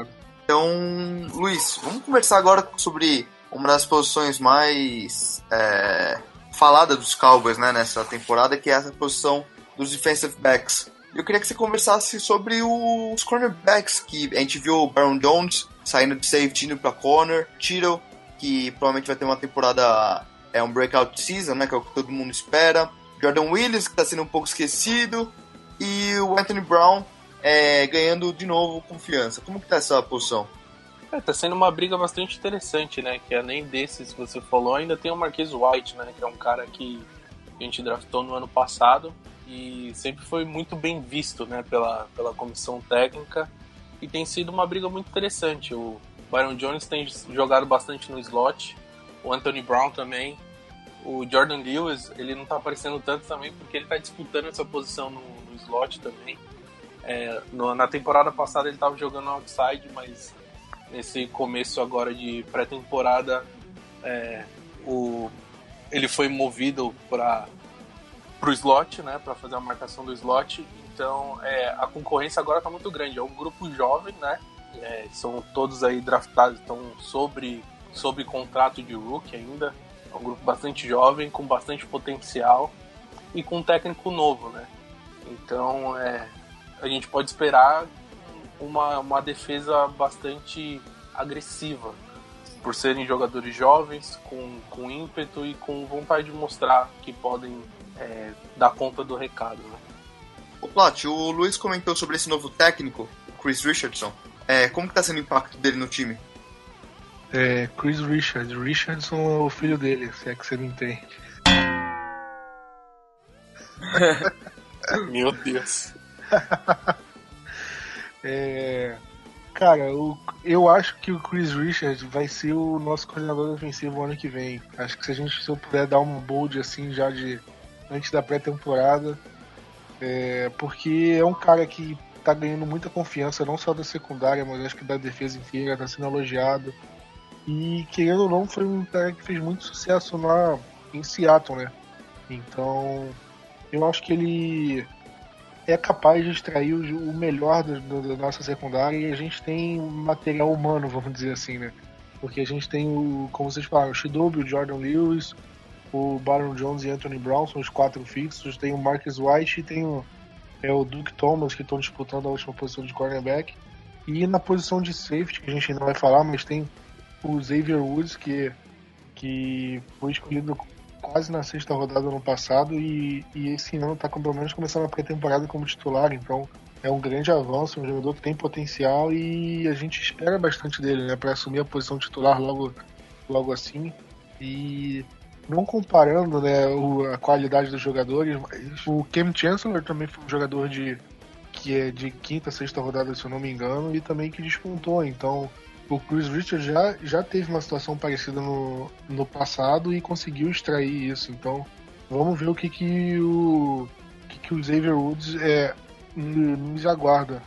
[SPEAKER 3] Então, Luiz, vamos conversar agora sobre uma das posições mais é, faladas dos Cowboys, né, nessa temporada, que é essa posição dos defensive backs. Eu queria que você conversasse sobre os cornerbacks, que a gente viu o Baron Jones saindo de safety indo para corner, Tito, que provavelmente vai ter uma temporada, é um breakout season, né, que é o que todo mundo espera, Jordan Willis, que está sendo um pouco esquecido, e o Anthony Brown é, ganhando de novo confiança. Como que tá essa posição?
[SPEAKER 6] É, tá sendo uma briga bastante interessante, né? Que além desses que você falou, ainda tem o Marquise White, né? Que é um cara que a gente draftou no ano passado e sempre foi muito bem visto, né? Pela, pela comissão técnica, e tem sido uma briga muito interessante. O Byron Jones tem jogado bastante no slot, o Anthony Brown também. O Jordan Lewis, ele não tá aparecendo tanto também porque ele tá disputando essa posição no, no slot também. É, no, na temporada passada ele tava jogando outside, mas nesse começo agora de pré-temporada é, o, ele foi movido para o slot, né, para fazer a marcação do slot. Então é, a concorrência agora está muito grande. É um grupo jovem, né, é, são todos aí draftados, estão sobre, sobre contrato de rookie ainda. É um grupo bastante jovem, com bastante potencial e com um técnico novo, né. Então é, a gente pode esperar Uma, uma defesa bastante agressiva, por serem jogadores jovens, com, com ímpeto e com vontade de mostrar que podem é, dar conta do recado. Né?
[SPEAKER 3] Ô Plat, o Luiz comentou sobre esse novo técnico, o Chris Richardson. É, como que tá sendo o impacto dele no time?
[SPEAKER 4] É, Chris Richards. Richardson é o filho dele, se é que você não entende.
[SPEAKER 6] Meu Deus.
[SPEAKER 4] É, cara, eu, eu acho que o Chris Richards vai ser o nosso coordenador ofensivo ano que vem. Acho que se a gente se eu puder dar um bold assim já de antes da pré-temporada, é, porque é um cara que tá ganhando muita confiança, não só da secundária, mas acho que da defesa inteira, tá sendo elogiado. E querendo ou não, foi um cara que fez muito sucesso lá em Seattle, né? Então, eu acho que ele é capaz de extrair o melhor do, do, da nossa secundária, e a gente tem material humano, vamos dizer assim, né? Porque a gente tem, o, como vocês falaram, o Chidobe, o Jordan Lewis, o Baron Jones e Anthony Brown, são os quatro fixos, tem o Marcus White e tem o, é, o Duke Thomas, que estão disputando a última posição de cornerback. E na posição de safety, que a gente ainda vai falar, mas tem o Xavier Woods, que, que foi escolhido quase na sexta rodada do ano passado e, e esse ano está pelo menos começando a pré-temporada como titular, então é um grande avanço, um jogador que tem potencial e a gente espera bastante dele, né, para assumir a posição titular logo, logo assim. E não comparando, né, o, a qualidade dos jogadores, mas o Cam Chancellor também foi um jogador de, que é de quinta, sexta rodada, se eu não me engano, e também que despontou, então o Chris Richards já, já teve uma situação parecida no, no passado e conseguiu extrair isso. Então, vamos ver o que, que, o, que, que o Xavier Woods é, nos aguarda.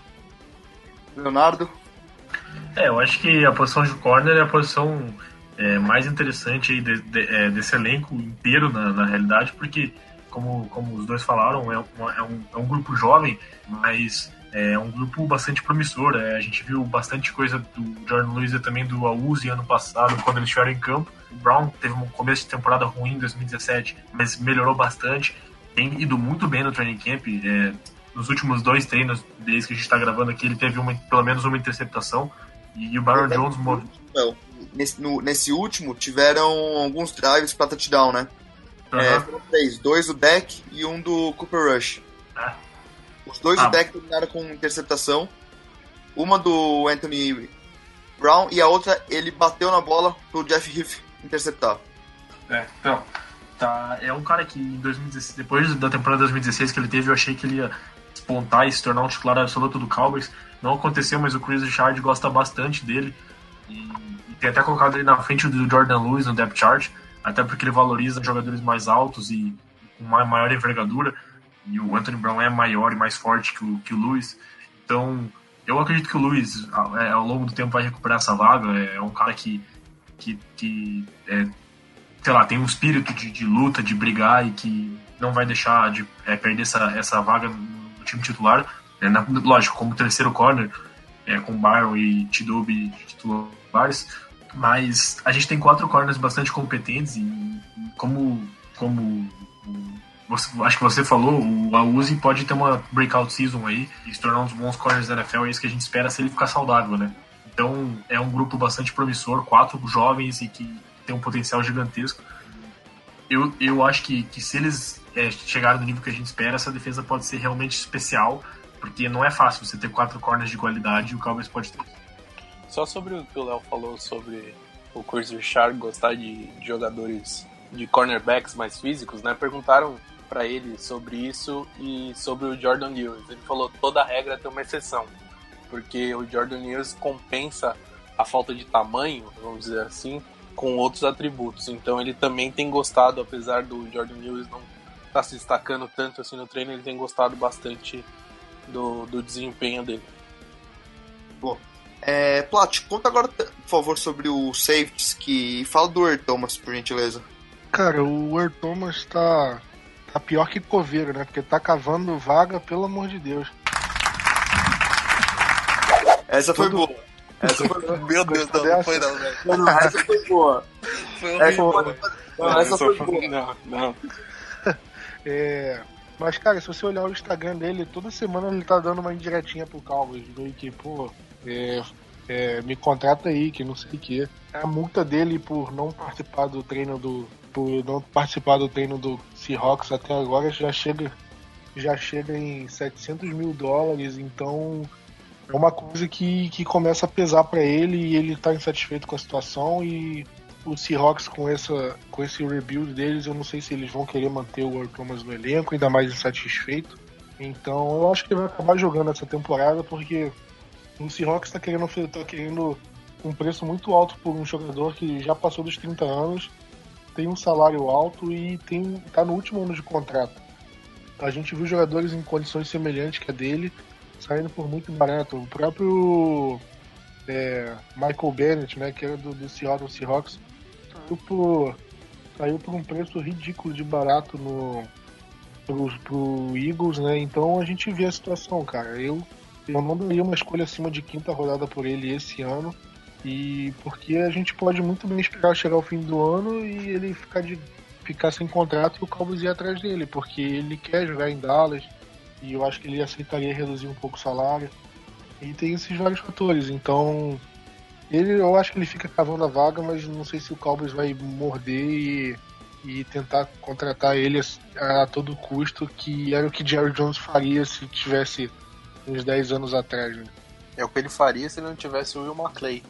[SPEAKER 3] Leonardo?
[SPEAKER 5] É, eu acho que a posição de corner é a posição é, mais interessante aí de, de, é, desse elenco inteiro, na, na realidade, porque, como, como os dois falaram, é, uma, é, um, é um grupo jovem, mas é um grupo bastante promissor. É, a gente viu bastante coisa do Jordan Lewis e também do Awuzie ano passado, quando eles estiveram em campo. O Brown teve um começo de temporada ruim em dois mil e dezessete, mas melhorou bastante. Tem ido muito bem no training camp. É, nos últimos dois treinos, desde que a gente está gravando aqui, ele teve uma, pelo menos uma interceptação. E o Baron Jones...
[SPEAKER 3] Não, nesse, no, nesse último, tiveram alguns drives para touchdown, né? Uhum. É, foram três. Dois do Dak e um do Cooper Rush. É. Os dois ah. do Dak terminaram com interceptação. Uma do Anthony Brown e a outra ele bateu na bola pro Jeff Heath interceptar.
[SPEAKER 5] É, então, tá, é um cara que em dois mil e dezesseis, depois da temporada de dois mil e dezesseis que ele teve, eu achei que ele ia despontar e se tornar um titular absoluto do Cowboys. Não aconteceu, mas o Chris Richard gosta bastante dele e, e tem até colocado ele na frente do Jordan Lewis no depth chart, até porque ele valoriza jogadores mais altos e com uma maior envergadura. E o Anthony Brown é maior e mais forte que o, que o Lewis. Então, eu acredito que o Lewis, ao longo do tempo, vai recuperar essa vaga. É um cara que, que, que é, sei lá, tem um espírito de, de luta, de brigar e que não vai deixar de é, perder essa, essa vaga no time titular. É, na, lógico, como terceiro corner, é, com Byron e Tidobe titulares, mas a gente tem quatro corners bastante competentes e como, como você, acho que você falou, o Awuzie pode ter uma breakout season aí e se tornar um dos bons corners da N F L, é isso que a gente espera se ele ficar saudável, né? Então é um grupo bastante promissor, quatro jovens e que tem um potencial gigantesco. Eu, eu acho que, que se eles é, chegarem no nível que a gente espera, essa defesa pode ser realmente especial, porque não é fácil você ter quatro corners de qualidade e o Cowboys pode ter.
[SPEAKER 6] Só sobre o que o Léo falou sobre o Chris Richard gostar de, de jogadores de cornerbacks mais físicos, né? Perguntaram para ele sobre isso e sobre o Jordan Lewis. Ele falou: toda regra tem uma exceção, porque o Jordan Lewis compensa a falta de tamanho, vamos dizer assim, com outros atributos. Então ele também tem gostado, apesar do Jordan Lewis não estar se destacando tanto assim no treino, ele tem gostado bastante do, do desempenho dele.
[SPEAKER 3] Bom, é, Plat, conta agora, por favor, sobre o safeties, que fala do Earl Thomas, por gentileza.
[SPEAKER 4] Cara, o Earl Thomas tá, tá pior que coveiro, né? Porque tá cavando vaga, pelo amor de Deus.
[SPEAKER 3] Essa foi
[SPEAKER 4] Tudo...
[SPEAKER 3] boa. Essa foi...
[SPEAKER 6] Meu Deus, não, não foi não, velho.
[SPEAKER 3] Não, não, essa foi boa.
[SPEAKER 6] Foi
[SPEAKER 3] Essa
[SPEAKER 6] horrível.
[SPEAKER 3] foi, não, essa foi boa.
[SPEAKER 6] Não, não.
[SPEAKER 4] É... Mas, cara, se você olhar o Instagram dele, toda semana ele tá dando uma indiretinha pro Cowboys, meio que, pô, é, é, me contrata aí, que não sei o que. A multa dele por não participar do treino do. Por não participar do treino do Seahawks até agora já chega, já chega em setecentos mil dólares, então é uma coisa que, que começa a pesar pra ele e ele tá insatisfeito com a situação. E o Seahawks com, essa, com esse rebuild deles, eu não sei se eles vão querer manter o Earl Thomas no elenco, ainda mais insatisfeito. Então eu acho que ele vai acabar jogando essa temporada, porque o Seahawks tá querendo, tá querendo um preço muito alto por um jogador que já passou dos trinta anos, tem um salário alto e tem, tá no último ano de contrato. A gente viu jogadores em condições semelhantes que a dele saindo por muito barato. O próprio é, Michael Bennett, né, que era do, do Seattle Seahawks, saiu por, saiu por um preço ridículo de barato no, pro, pro Eagles, né? Então a gente vê a situação, cara. Eu, eu não daria uma escolha acima de quinta rodada por ele esse ano, e porque a gente pode muito bem esperar chegar ao fim do ano e ele ficar, de, ficar sem contrato e o Cowboys ir atrás dele, porque ele quer jogar em Dallas e eu acho que ele aceitaria reduzir um pouco o salário. E tem esses vários fatores, então ele, eu acho que ele fica cavando a vaga, mas não sei se o Cowboys vai morder e, e tentar contratar ele a, a todo custo, que era o que Jerry Jones faria se tivesse uns dez anos atrás, né?
[SPEAKER 6] É o que ele faria se ele não tivesse o Will McClay.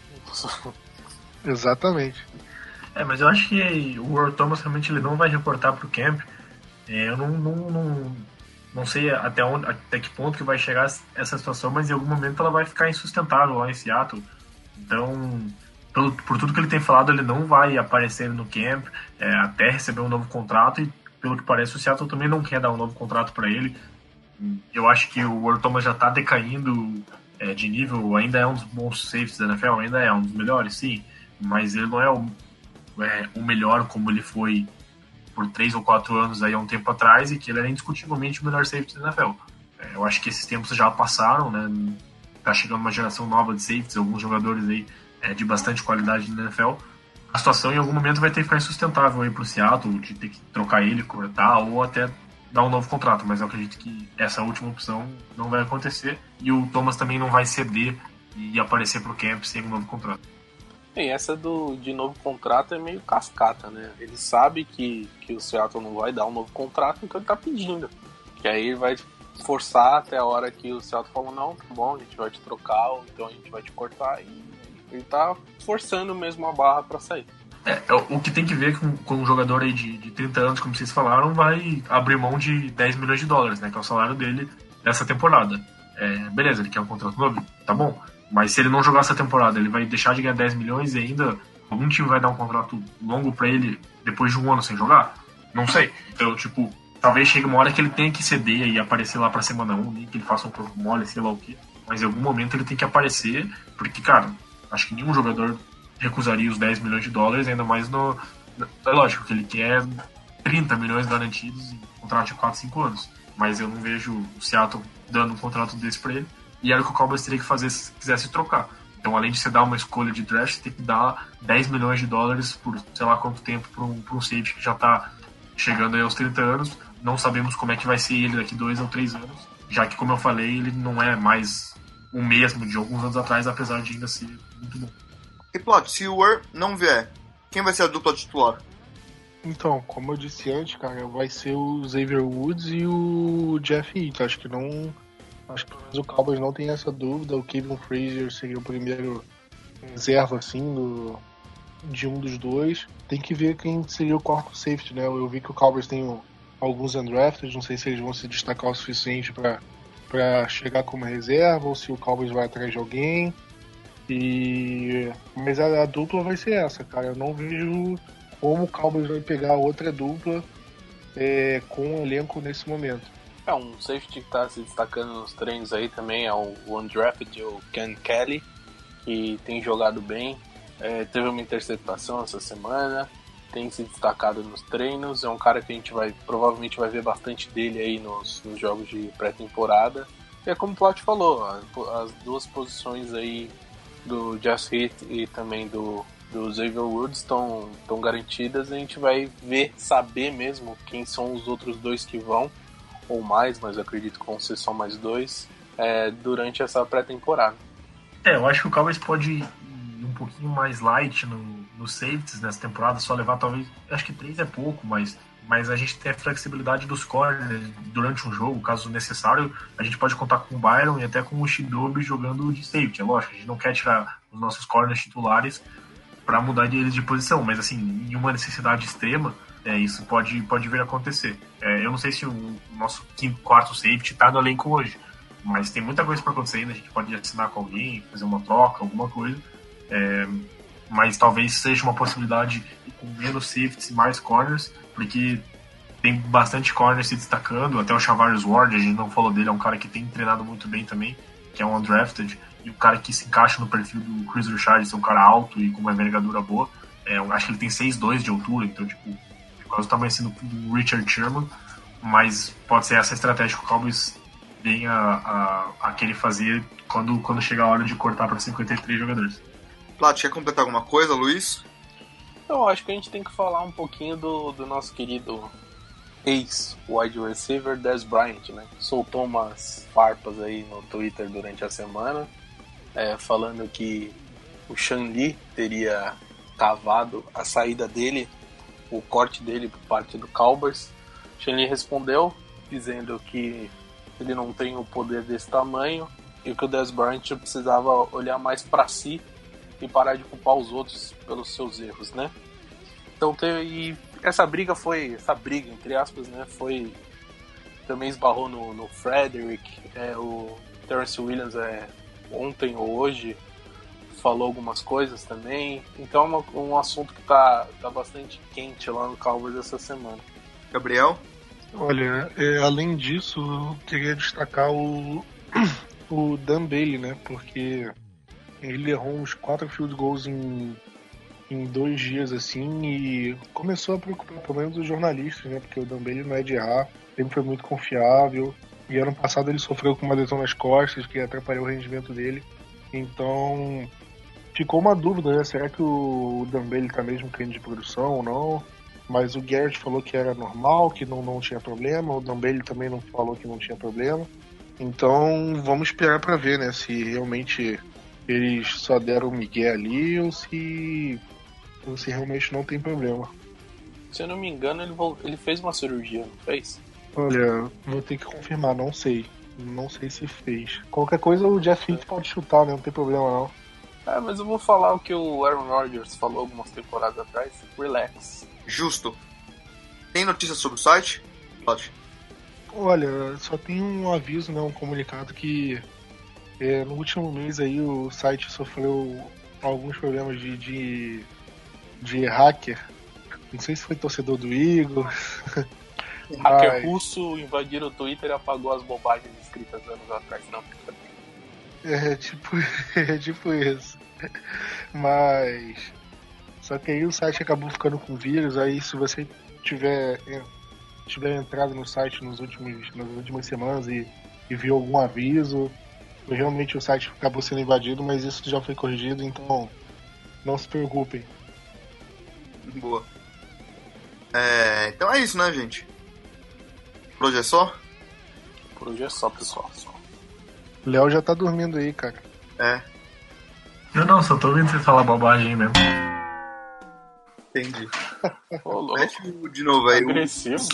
[SPEAKER 4] Exatamente.
[SPEAKER 5] É, mas eu acho que o Earl Thomas realmente ele não vai reportar pro camp. É, eu não, não, não, não sei até, onde, até que ponto que vai chegar essa situação, mas em algum momento ela vai ficar insustentável lá em Seattle. Então, pelo, por tudo que ele tem falado, ele não vai aparecer no camp é, até receber um novo contrato, e pelo que parece o Seattle também não quer dar um novo contrato para ele. Eu acho que o Earl Thomas já está decaindo é, de nível, ainda é um dos bons safeties da N F L, ainda é um dos melhores, sim, mas ele não é o, é, o melhor como ele foi por três ou quatro anos aí há um tempo atrás, e que ele era indiscutivelmente o melhor safety da N F L. É, eu acho que esses tempos já passaram, né? Tá chegando uma geração nova de safeties, alguns jogadores aí é, de bastante qualidade na N F L. A situação em algum momento vai ter que ficar insustentável aí pro Seattle, de ter que trocar ele, cortar, ou até dar um novo contrato, mas eu acredito que essa última opção não vai acontecer, e o Thomas também não vai ceder e aparecer pro camp sem um novo contrato.
[SPEAKER 6] E essa do, de novo contrato é meio cascata, né? Ele sabe que, que o Seattle não vai dar um novo contrato, então ele tá pedindo. Que aí ele vai forçar até a hora que o Seattle fala: não, tá bom, a gente vai te trocar, ou então a gente vai te cortar. E ele tá forçando mesmo a barra pra sair.
[SPEAKER 5] É, o que tem que ver com, com um jogador aí de, de trinta anos, como vocês falaram, vai abrir mão de dez milhões de dólares, né? Que é o salário dele nessa temporada. É, beleza, ele quer um contrato novo, tá bom. Mas se ele não jogar essa temporada, ele vai deixar de ganhar dez milhões e ainda algum time vai dar um contrato longo pra ele depois de um ano sem jogar? Não sei. Então, tipo, talvez chegue uma hora que ele tenha que ceder e aparecer lá pra semana um, nem que ele faça um corpo mole, sei lá o quê. Mas em algum momento ele tem que aparecer, porque, cara, acho que nenhum jogador recusaria os dez milhões de dólares, ainda mais no... É lógico que ele quer trinta milhões garantidos em um contrato de quatro, cinco anos. Mas eu não vejo o Seattle dando um contrato desse pra ele. e era o que o Cowboys teria que fazer se quisesse trocar. Então, além de você dar uma escolha de draft, você tem que dar dez milhões de dólares por sei lá quanto tempo para um, um safety que já está chegando aí aos trinta anos. Não sabemos como é que vai ser ele daqui dois ou três anos, já que, como eu falei, ele não é mais o mesmo de alguns anos atrás, apesar de ainda ser muito bom.
[SPEAKER 3] E Plot, se o Ware não vier, quem vai ser a dupla titular?
[SPEAKER 4] Então, como eu disse antes, cara, vai ser o Xavier Woods e o Jeff Heath. Acho que não. Acho que pelo menos o Cowboys não tem essa dúvida. O Kevin Frazier seria o primeiro reserva, assim, do, de um dos dois. Tem que ver quem seria o quarto safety, né? Eu vi que o Cowboys tem alguns undrafted, não sei se eles vão se destacar o suficiente para para chegar como reserva ou se o Cowboys vai atrás de alguém. E mas a, a dupla vai ser essa, cara. Eu não vejo como o Cowboys vai pegar outra dupla é, com o elenco nesse momento.
[SPEAKER 6] É, um safety que está se destacando nos treinos aí também é o undrafted, o Ken Kelly, que tem jogado bem, é, teve uma interceptação essa semana, tem se destacado nos treinos, é um cara que a gente vai provavelmente vai ver bastante dele aí nos, nos jogos de pré-temporada. E é como o Plot falou, as duas posições aí do Just Hit e também do, do Xavier Woods estão garantidas. A gente vai ver, saber mesmo quem são os outros dois que vão, ou mais, mas eu acredito que vão ser só mais dois, é, durante essa pré-temporada.
[SPEAKER 5] É, eu acho que o Cowboys pode ir um pouquinho mais light no, no safeties nessa temporada, só levar talvez, acho que três é pouco, mas, mas a gente tem a flexibilidade dos corners durante um jogo, caso necessário, a gente pode contar com o Byron e até com o Shidobi jogando de safety, é lógico, a gente não quer tirar os nossos corners titulares para mudar eles de posição, mas assim, em uma necessidade extrema, é, isso pode, pode vir a acontecer. É, eu não sei se o nosso quinto, quarto safety está no elenco hoje, mas tem muita coisa para acontecer ainda, a gente pode assinar com alguém, fazer uma troca, alguma coisa, é, mas talvez seja uma possibilidade com menos safeties e mais corners, porque tem bastante corners se destacando, até o Charvarius Ward, a gente não falou dele, é um cara que tem treinado muito bem também, que é um undrafted, e um cara que se encaixa no perfil do Chris Richard, ser um cara alto e com uma envergadura boa. É, eu acho que ele tem seis dois de altura, então tipo, quase o tamanho assim do Richard Sherman, mas pode ser essa estratégia que o Cowboys venha a, a, a querer fazer quando, quando chegar a hora de cortar para cinquenta e três jogadores.
[SPEAKER 3] Plat, quer completar alguma coisa, Luiz?
[SPEAKER 6] Então, acho que a gente tem que falar um pouquinho do, do nosso querido ex-wide receiver Dez Bryant, né? Soltou umas farpas aí no Twitter durante a semana, é, falando que o Sean Lee teria cavado a saída dele, o corte dele por parte do Cowboys. O Sean Lee respondeu dizendo que ele não tem o poder desse tamanho e que o Dez Bryant precisava olhar mais para si e parar de culpar os outros pelos seus erros, né? Então teve, e essa briga foi, essa briga entre aspas, né, foi também esbarrou no, no Frederick, é, o Terrence Williams é, ontem ou hoje falou algumas coisas também, então é uma, um assunto que tá, tá bastante quente lá no Cowboys essa semana.
[SPEAKER 3] Gabriel?
[SPEAKER 4] Olha, é, além disso, eu queria destacar o, o Dan Bailey, né, porque ele errou uns quatro field goals em, em dois dias, assim, e começou a preocupar pelo menos os jornalistas, né, porque o Dan Bailey não é de errar, sempre foi muito confiável, e ano passado ele sofreu com uma lesão nas costas, que atrapalhou o rendimento dele, então ficou uma dúvida, né, será que o Dan Bailey tá mesmo caindo de produção ou não? Mas o Garrett falou que era normal, que não, não tinha problema, o Dan Bailey também não falou que não tinha problema, então vamos esperar para ver, né, se realmente eles só deram o migué ali ou se, ou se realmente não tem problema.
[SPEAKER 6] Se eu não me engano, ele, ele fez uma cirurgia, não fez?
[SPEAKER 4] Olha, vou ter que confirmar, não sei. Não sei se fez. Qualquer coisa o Jeff Heath pode chutar, né? Não tem problema não.
[SPEAKER 6] É, mas eu vou falar o que o Aaron Rodgers falou algumas temporadas atrás. Relax.
[SPEAKER 3] Justo. Tem notícias sobre o site? Pode.
[SPEAKER 4] Olha, só tem um aviso, né? Um comunicado que é, no último mês aí o site sofreu alguns problemas de, de, de hacker. Não sei se foi torcedor do Eagles.
[SPEAKER 6] Hacker
[SPEAKER 4] Mas...
[SPEAKER 6] russo invadiram o Twitter e apagou as bobagens escritas anos atrás. Não,
[SPEAKER 4] É tipo, é tipo isso. Mas só que aí o site acabou ficando com vírus. Aí se você tiver, tiver entrado no site nos últimos, nas últimas semanas e, e viu algum aviso, Realmente o site acabou sendo invadido, mas isso já foi corrigido, então não se preocupem.
[SPEAKER 3] Boa. É, então é isso, né, gente? Por hoje é só?
[SPEAKER 6] Por hoje é só, pessoal.
[SPEAKER 4] O Léo já tá dormindo aí, cara.
[SPEAKER 3] É,
[SPEAKER 5] Eu não, só tô ouvindo você falar bobagem mesmo.
[SPEAKER 3] entendi.
[SPEAKER 6] Ô, louco.
[SPEAKER 3] Mete o- de novo aí. o-
[SPEAKER 6] Agressivo.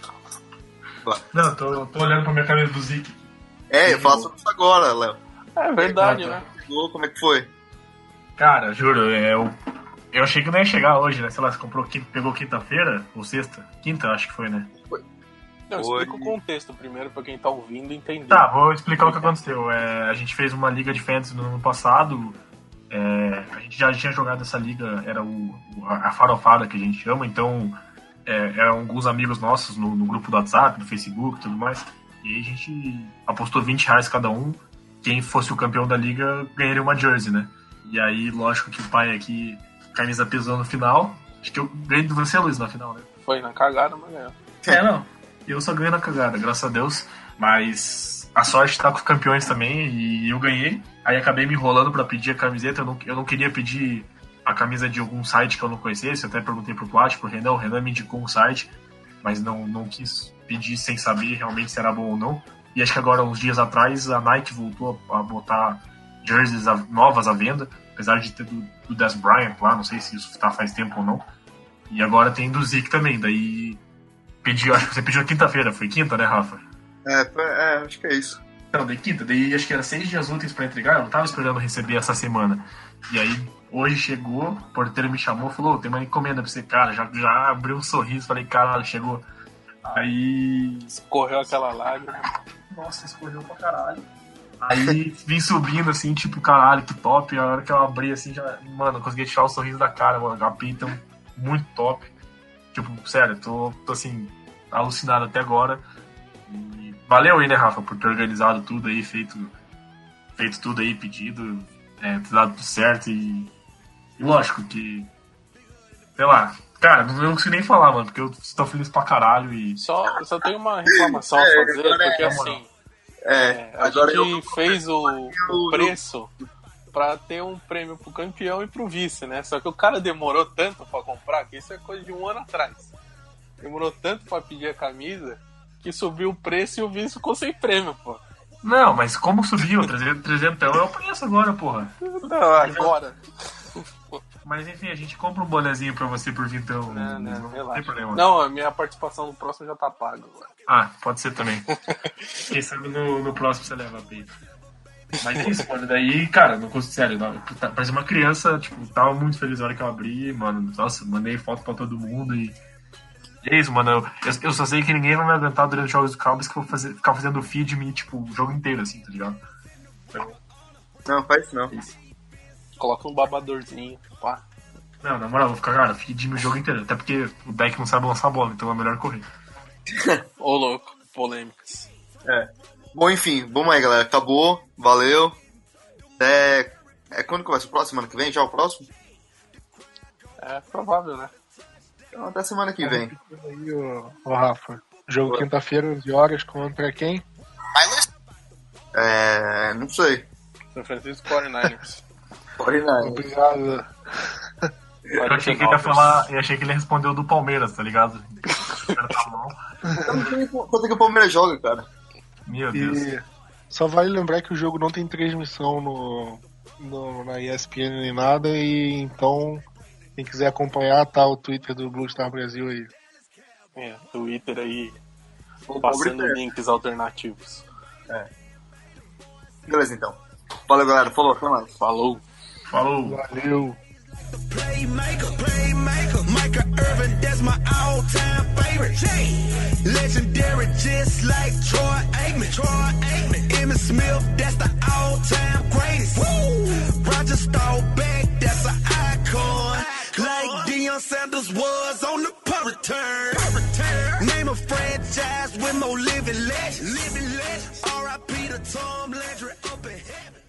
[SPEAKER 5] Não, tô, tô olhando pra minha camisa do Zeke.
[SPEAKER 3] É, eu faço isso agora, Léo.
[SPEAKER 6] É verdade,
[SPEAKER 5] Ah, tá.
[SPEAKER 6] né?
[SPEAKER 3] Chegou, como é que foi?
[SPEAKER 5] Cara, juro, é, eu, eu achei que não ia chegar hoje, né? Sei lá, você comprou, quinta- pegou quinta-feira ou sexta? Quinta, acho que foi, né?
[SPEAKER 6] Não,
[SPEAKER 3] Oi.
[SPEAKER 6] explica o contexto primeiro pra quem tá ouvindo entender.
[SPEAKER 5] Tá, vou explicar o que aconteceu. É, a gente fez uma liga de fantasy no ano passado. É, a gente já tinha jogado essa liga, era o, o- a farofada que a gente chama, então é, eram alguns amigos nossos no, no grupo do WhatsApp, no Facebook e tudo mais. E aí a gente apostou vinte reais cada um. Quem fosse o campeão da liga ganharia uma jersey, né? E aí, lógico que o pai aqui, camisa pesou no final. Acho que eu ganhei de você, Luiz, na final, né?
[SPEAKER 6] Foi na cagada, mas ganhou.
[SPEAKER 5] É, não. Eu só ganhei na cagada, graças a Deus. Mas a sorte tá com os campeões também e eu ganhei. Aí acabei me enrolando pra pedir a camiseta. Eu não, eu não queria pedir a camisa de algum site que eu não conhecesse. Eu até perguntei pro Plat, pro Renan. O Renan me indicou um site, mas não, não quis pedir sem saber realmente se era bom ou não. E acho que agora, uns dias atrás, a Nike voltou a botar jerseys novas à venda. Apesar de ter do, do Dez Bryant lá, não sei se isso tá faz tempo ou não. E agora tem do Zeke também. Daí pedi, acho que você pediu quinta-feira. Foi quinta, né, Rafa?
[SPEAKER 3] É, foi- é, acho que é isso.
[SPEAKER 5] Não, daí quinta, daí acho que era seis dias úteis pra entregar, eu não tava esperando receber essa semana. E aí, hoje chegou, o porteiro me chamou e falou, tem uma encomenda pra você, cara, já, já abriu um sorriso, falei, caralho, chegou. Aí,
[SPEAKER 6] Escorreu aquela lágrima.
[SPEAKER 5] nossa, escorreu pra caralho. Aí vim subindo assim, tipo, caralho, que top. A hora que eu abri assim, já, mano, eu consegui tirar o sorriso da cara, mano. H P, então, muito top. Tipo, sério, tô, tô assim, alucinado até agora. E valeu aí, né, Rafa, por ter organizado tudo aí, feito, feito tudo aí, pedido, é, ter dado tudo certo e, e lógico que, sei lá, cara, não, não consigo nem falar, mano, porque eu estou feliz pra caralho e.
[SPEAKER 6] Só, só tem uma reclamação a
[SPEAKER 3] É,
[SPEAKER 6] fazer,
[SPEAKER 3] agora é-
[SPEAKER 6] porque assim,
[SPEAKER 3] É,
[SPEAKER 6] é, a
[SPEAKER 3] agora
[SPEAKER 6] gente
[SPEAKER 3] eu.
[SPEAKER 6] fez o, o
[SPEAKER 3] eu-
[SPEAKER 6] preço pra ter um prêmio pro campeão e pro vice, né? Só que o cara demorou tanto pra comprar, que isso é coisa de um ano atrás. Demorou tanto pra pedir a camisa que subiu o preço e o vice ficou sem prêmio, pô.
[SPEAKER 5] Não, mas como subiu? trezentos é o preço agora, porra.
[SPEAKER 6] Não, agora.
[SPEAKER 5] Mas enfim, a gente compra um bonezinho pra você por vintão.
[SPEAKER 6] Não,
[SPEAKER 5] não,
[SPEAKER 6] não,
[SPEAKER 5] tem
[SPEAKER 6] relaxa.
[SPEAKER 5] problema.
[SPEAKER 6] Não, a minha participação no próximo já tá paga agora.
[SPEAKER 5] Ah, pode ser também. Quem sabe no, no próximo você leva a peito. Mas é isso, mano. Daí, cara, não consigo, sério, não, tá- parece uma criança, tipo, tava muito feliz na hora que eu abri, mano. Nossa, mandei foto pra todo mundo e. E é isso, mano. Eu, eu só sei que ninguém vai me aguentar durante os jogos do Cowboys que eu vou fazer, ficar fazendo feed me, tipo, o jogo inteiro, assim, tá ligado? Então,
[SPEAKER 3] Não, faz isso não.
[SPEAKER 5] é isso.
[SPEAKER 6] Coloca um babadorzinho, pá.
[SPEAKER 5] Não, na moral, eu vou ficar, cara, feed me o jogo inteiro. Até porque o deck não sabe lançar bola, então é melhor correr.
[SPEAKER 6] Ô louco, polêmicas.
[SPEAKER 3] É. Bom, enfim, vamos aí, galera. Acabou, valeu. Até. É quando começa o próximo? Semana que vem? Já o próximo?
[SPEAKER 6] É provável, né?
[SPEAKER 3] Então, até semana que vem.
[SPEAKER 4] Aí, ô, ô Rafa. Jogo quinta-feira, onze horas, contra quem?
[SPEAKER 3] É. Não sei.
[SPEAKER 6] São Francisco quarenta-niners.
[SPEAKER 3] quarenta e nove.
[SPEAKER 4] Obrigado.
[SPEAKER 5] Eu achei que ele ia falar, eu achei que ele respondeu do Palmeiras, tá ligado? O cara tá mal.
[SPEAKER 3] Quanto é que o Palmeiras joga, cara?
[SPEAKER 5] Meu Deus.
[SPEAKER 4] E só vale lembrar que o jogo não tem transmissão no, no- na E S P N nem nada, e então quem quiser acompanhar, tá o Twitter do Blue Star Brasil aí.
[SPEAKER 6] É, Twitter aí,
[SPEAKER 3] Vou
[SPEAKER 6] passando
[SPEAKER 3] abrir.
[SPEAKER 6] links alternativos.
[SPEAKER 3] Beleza, então. Valeu, galera. Falou, até mais.
[SPEAKER 6] Falou!
[SPEAKER 5] Falou.
[SPEAKER 4] Valeu!
[SPEAKER 7] Playmaker, playmaker, Micah Irvin, that's my all-time favorite. Legendary, just like Troy Aikman. Troy Aikman, Emmitt Smith, that's the all-time greatest. Woo! Roger Staubach, that's an icon. Like Deion Sanders was on the punt return. Name a franchise with more living legends. Living legends. R I P to Tom Landry up in heaven.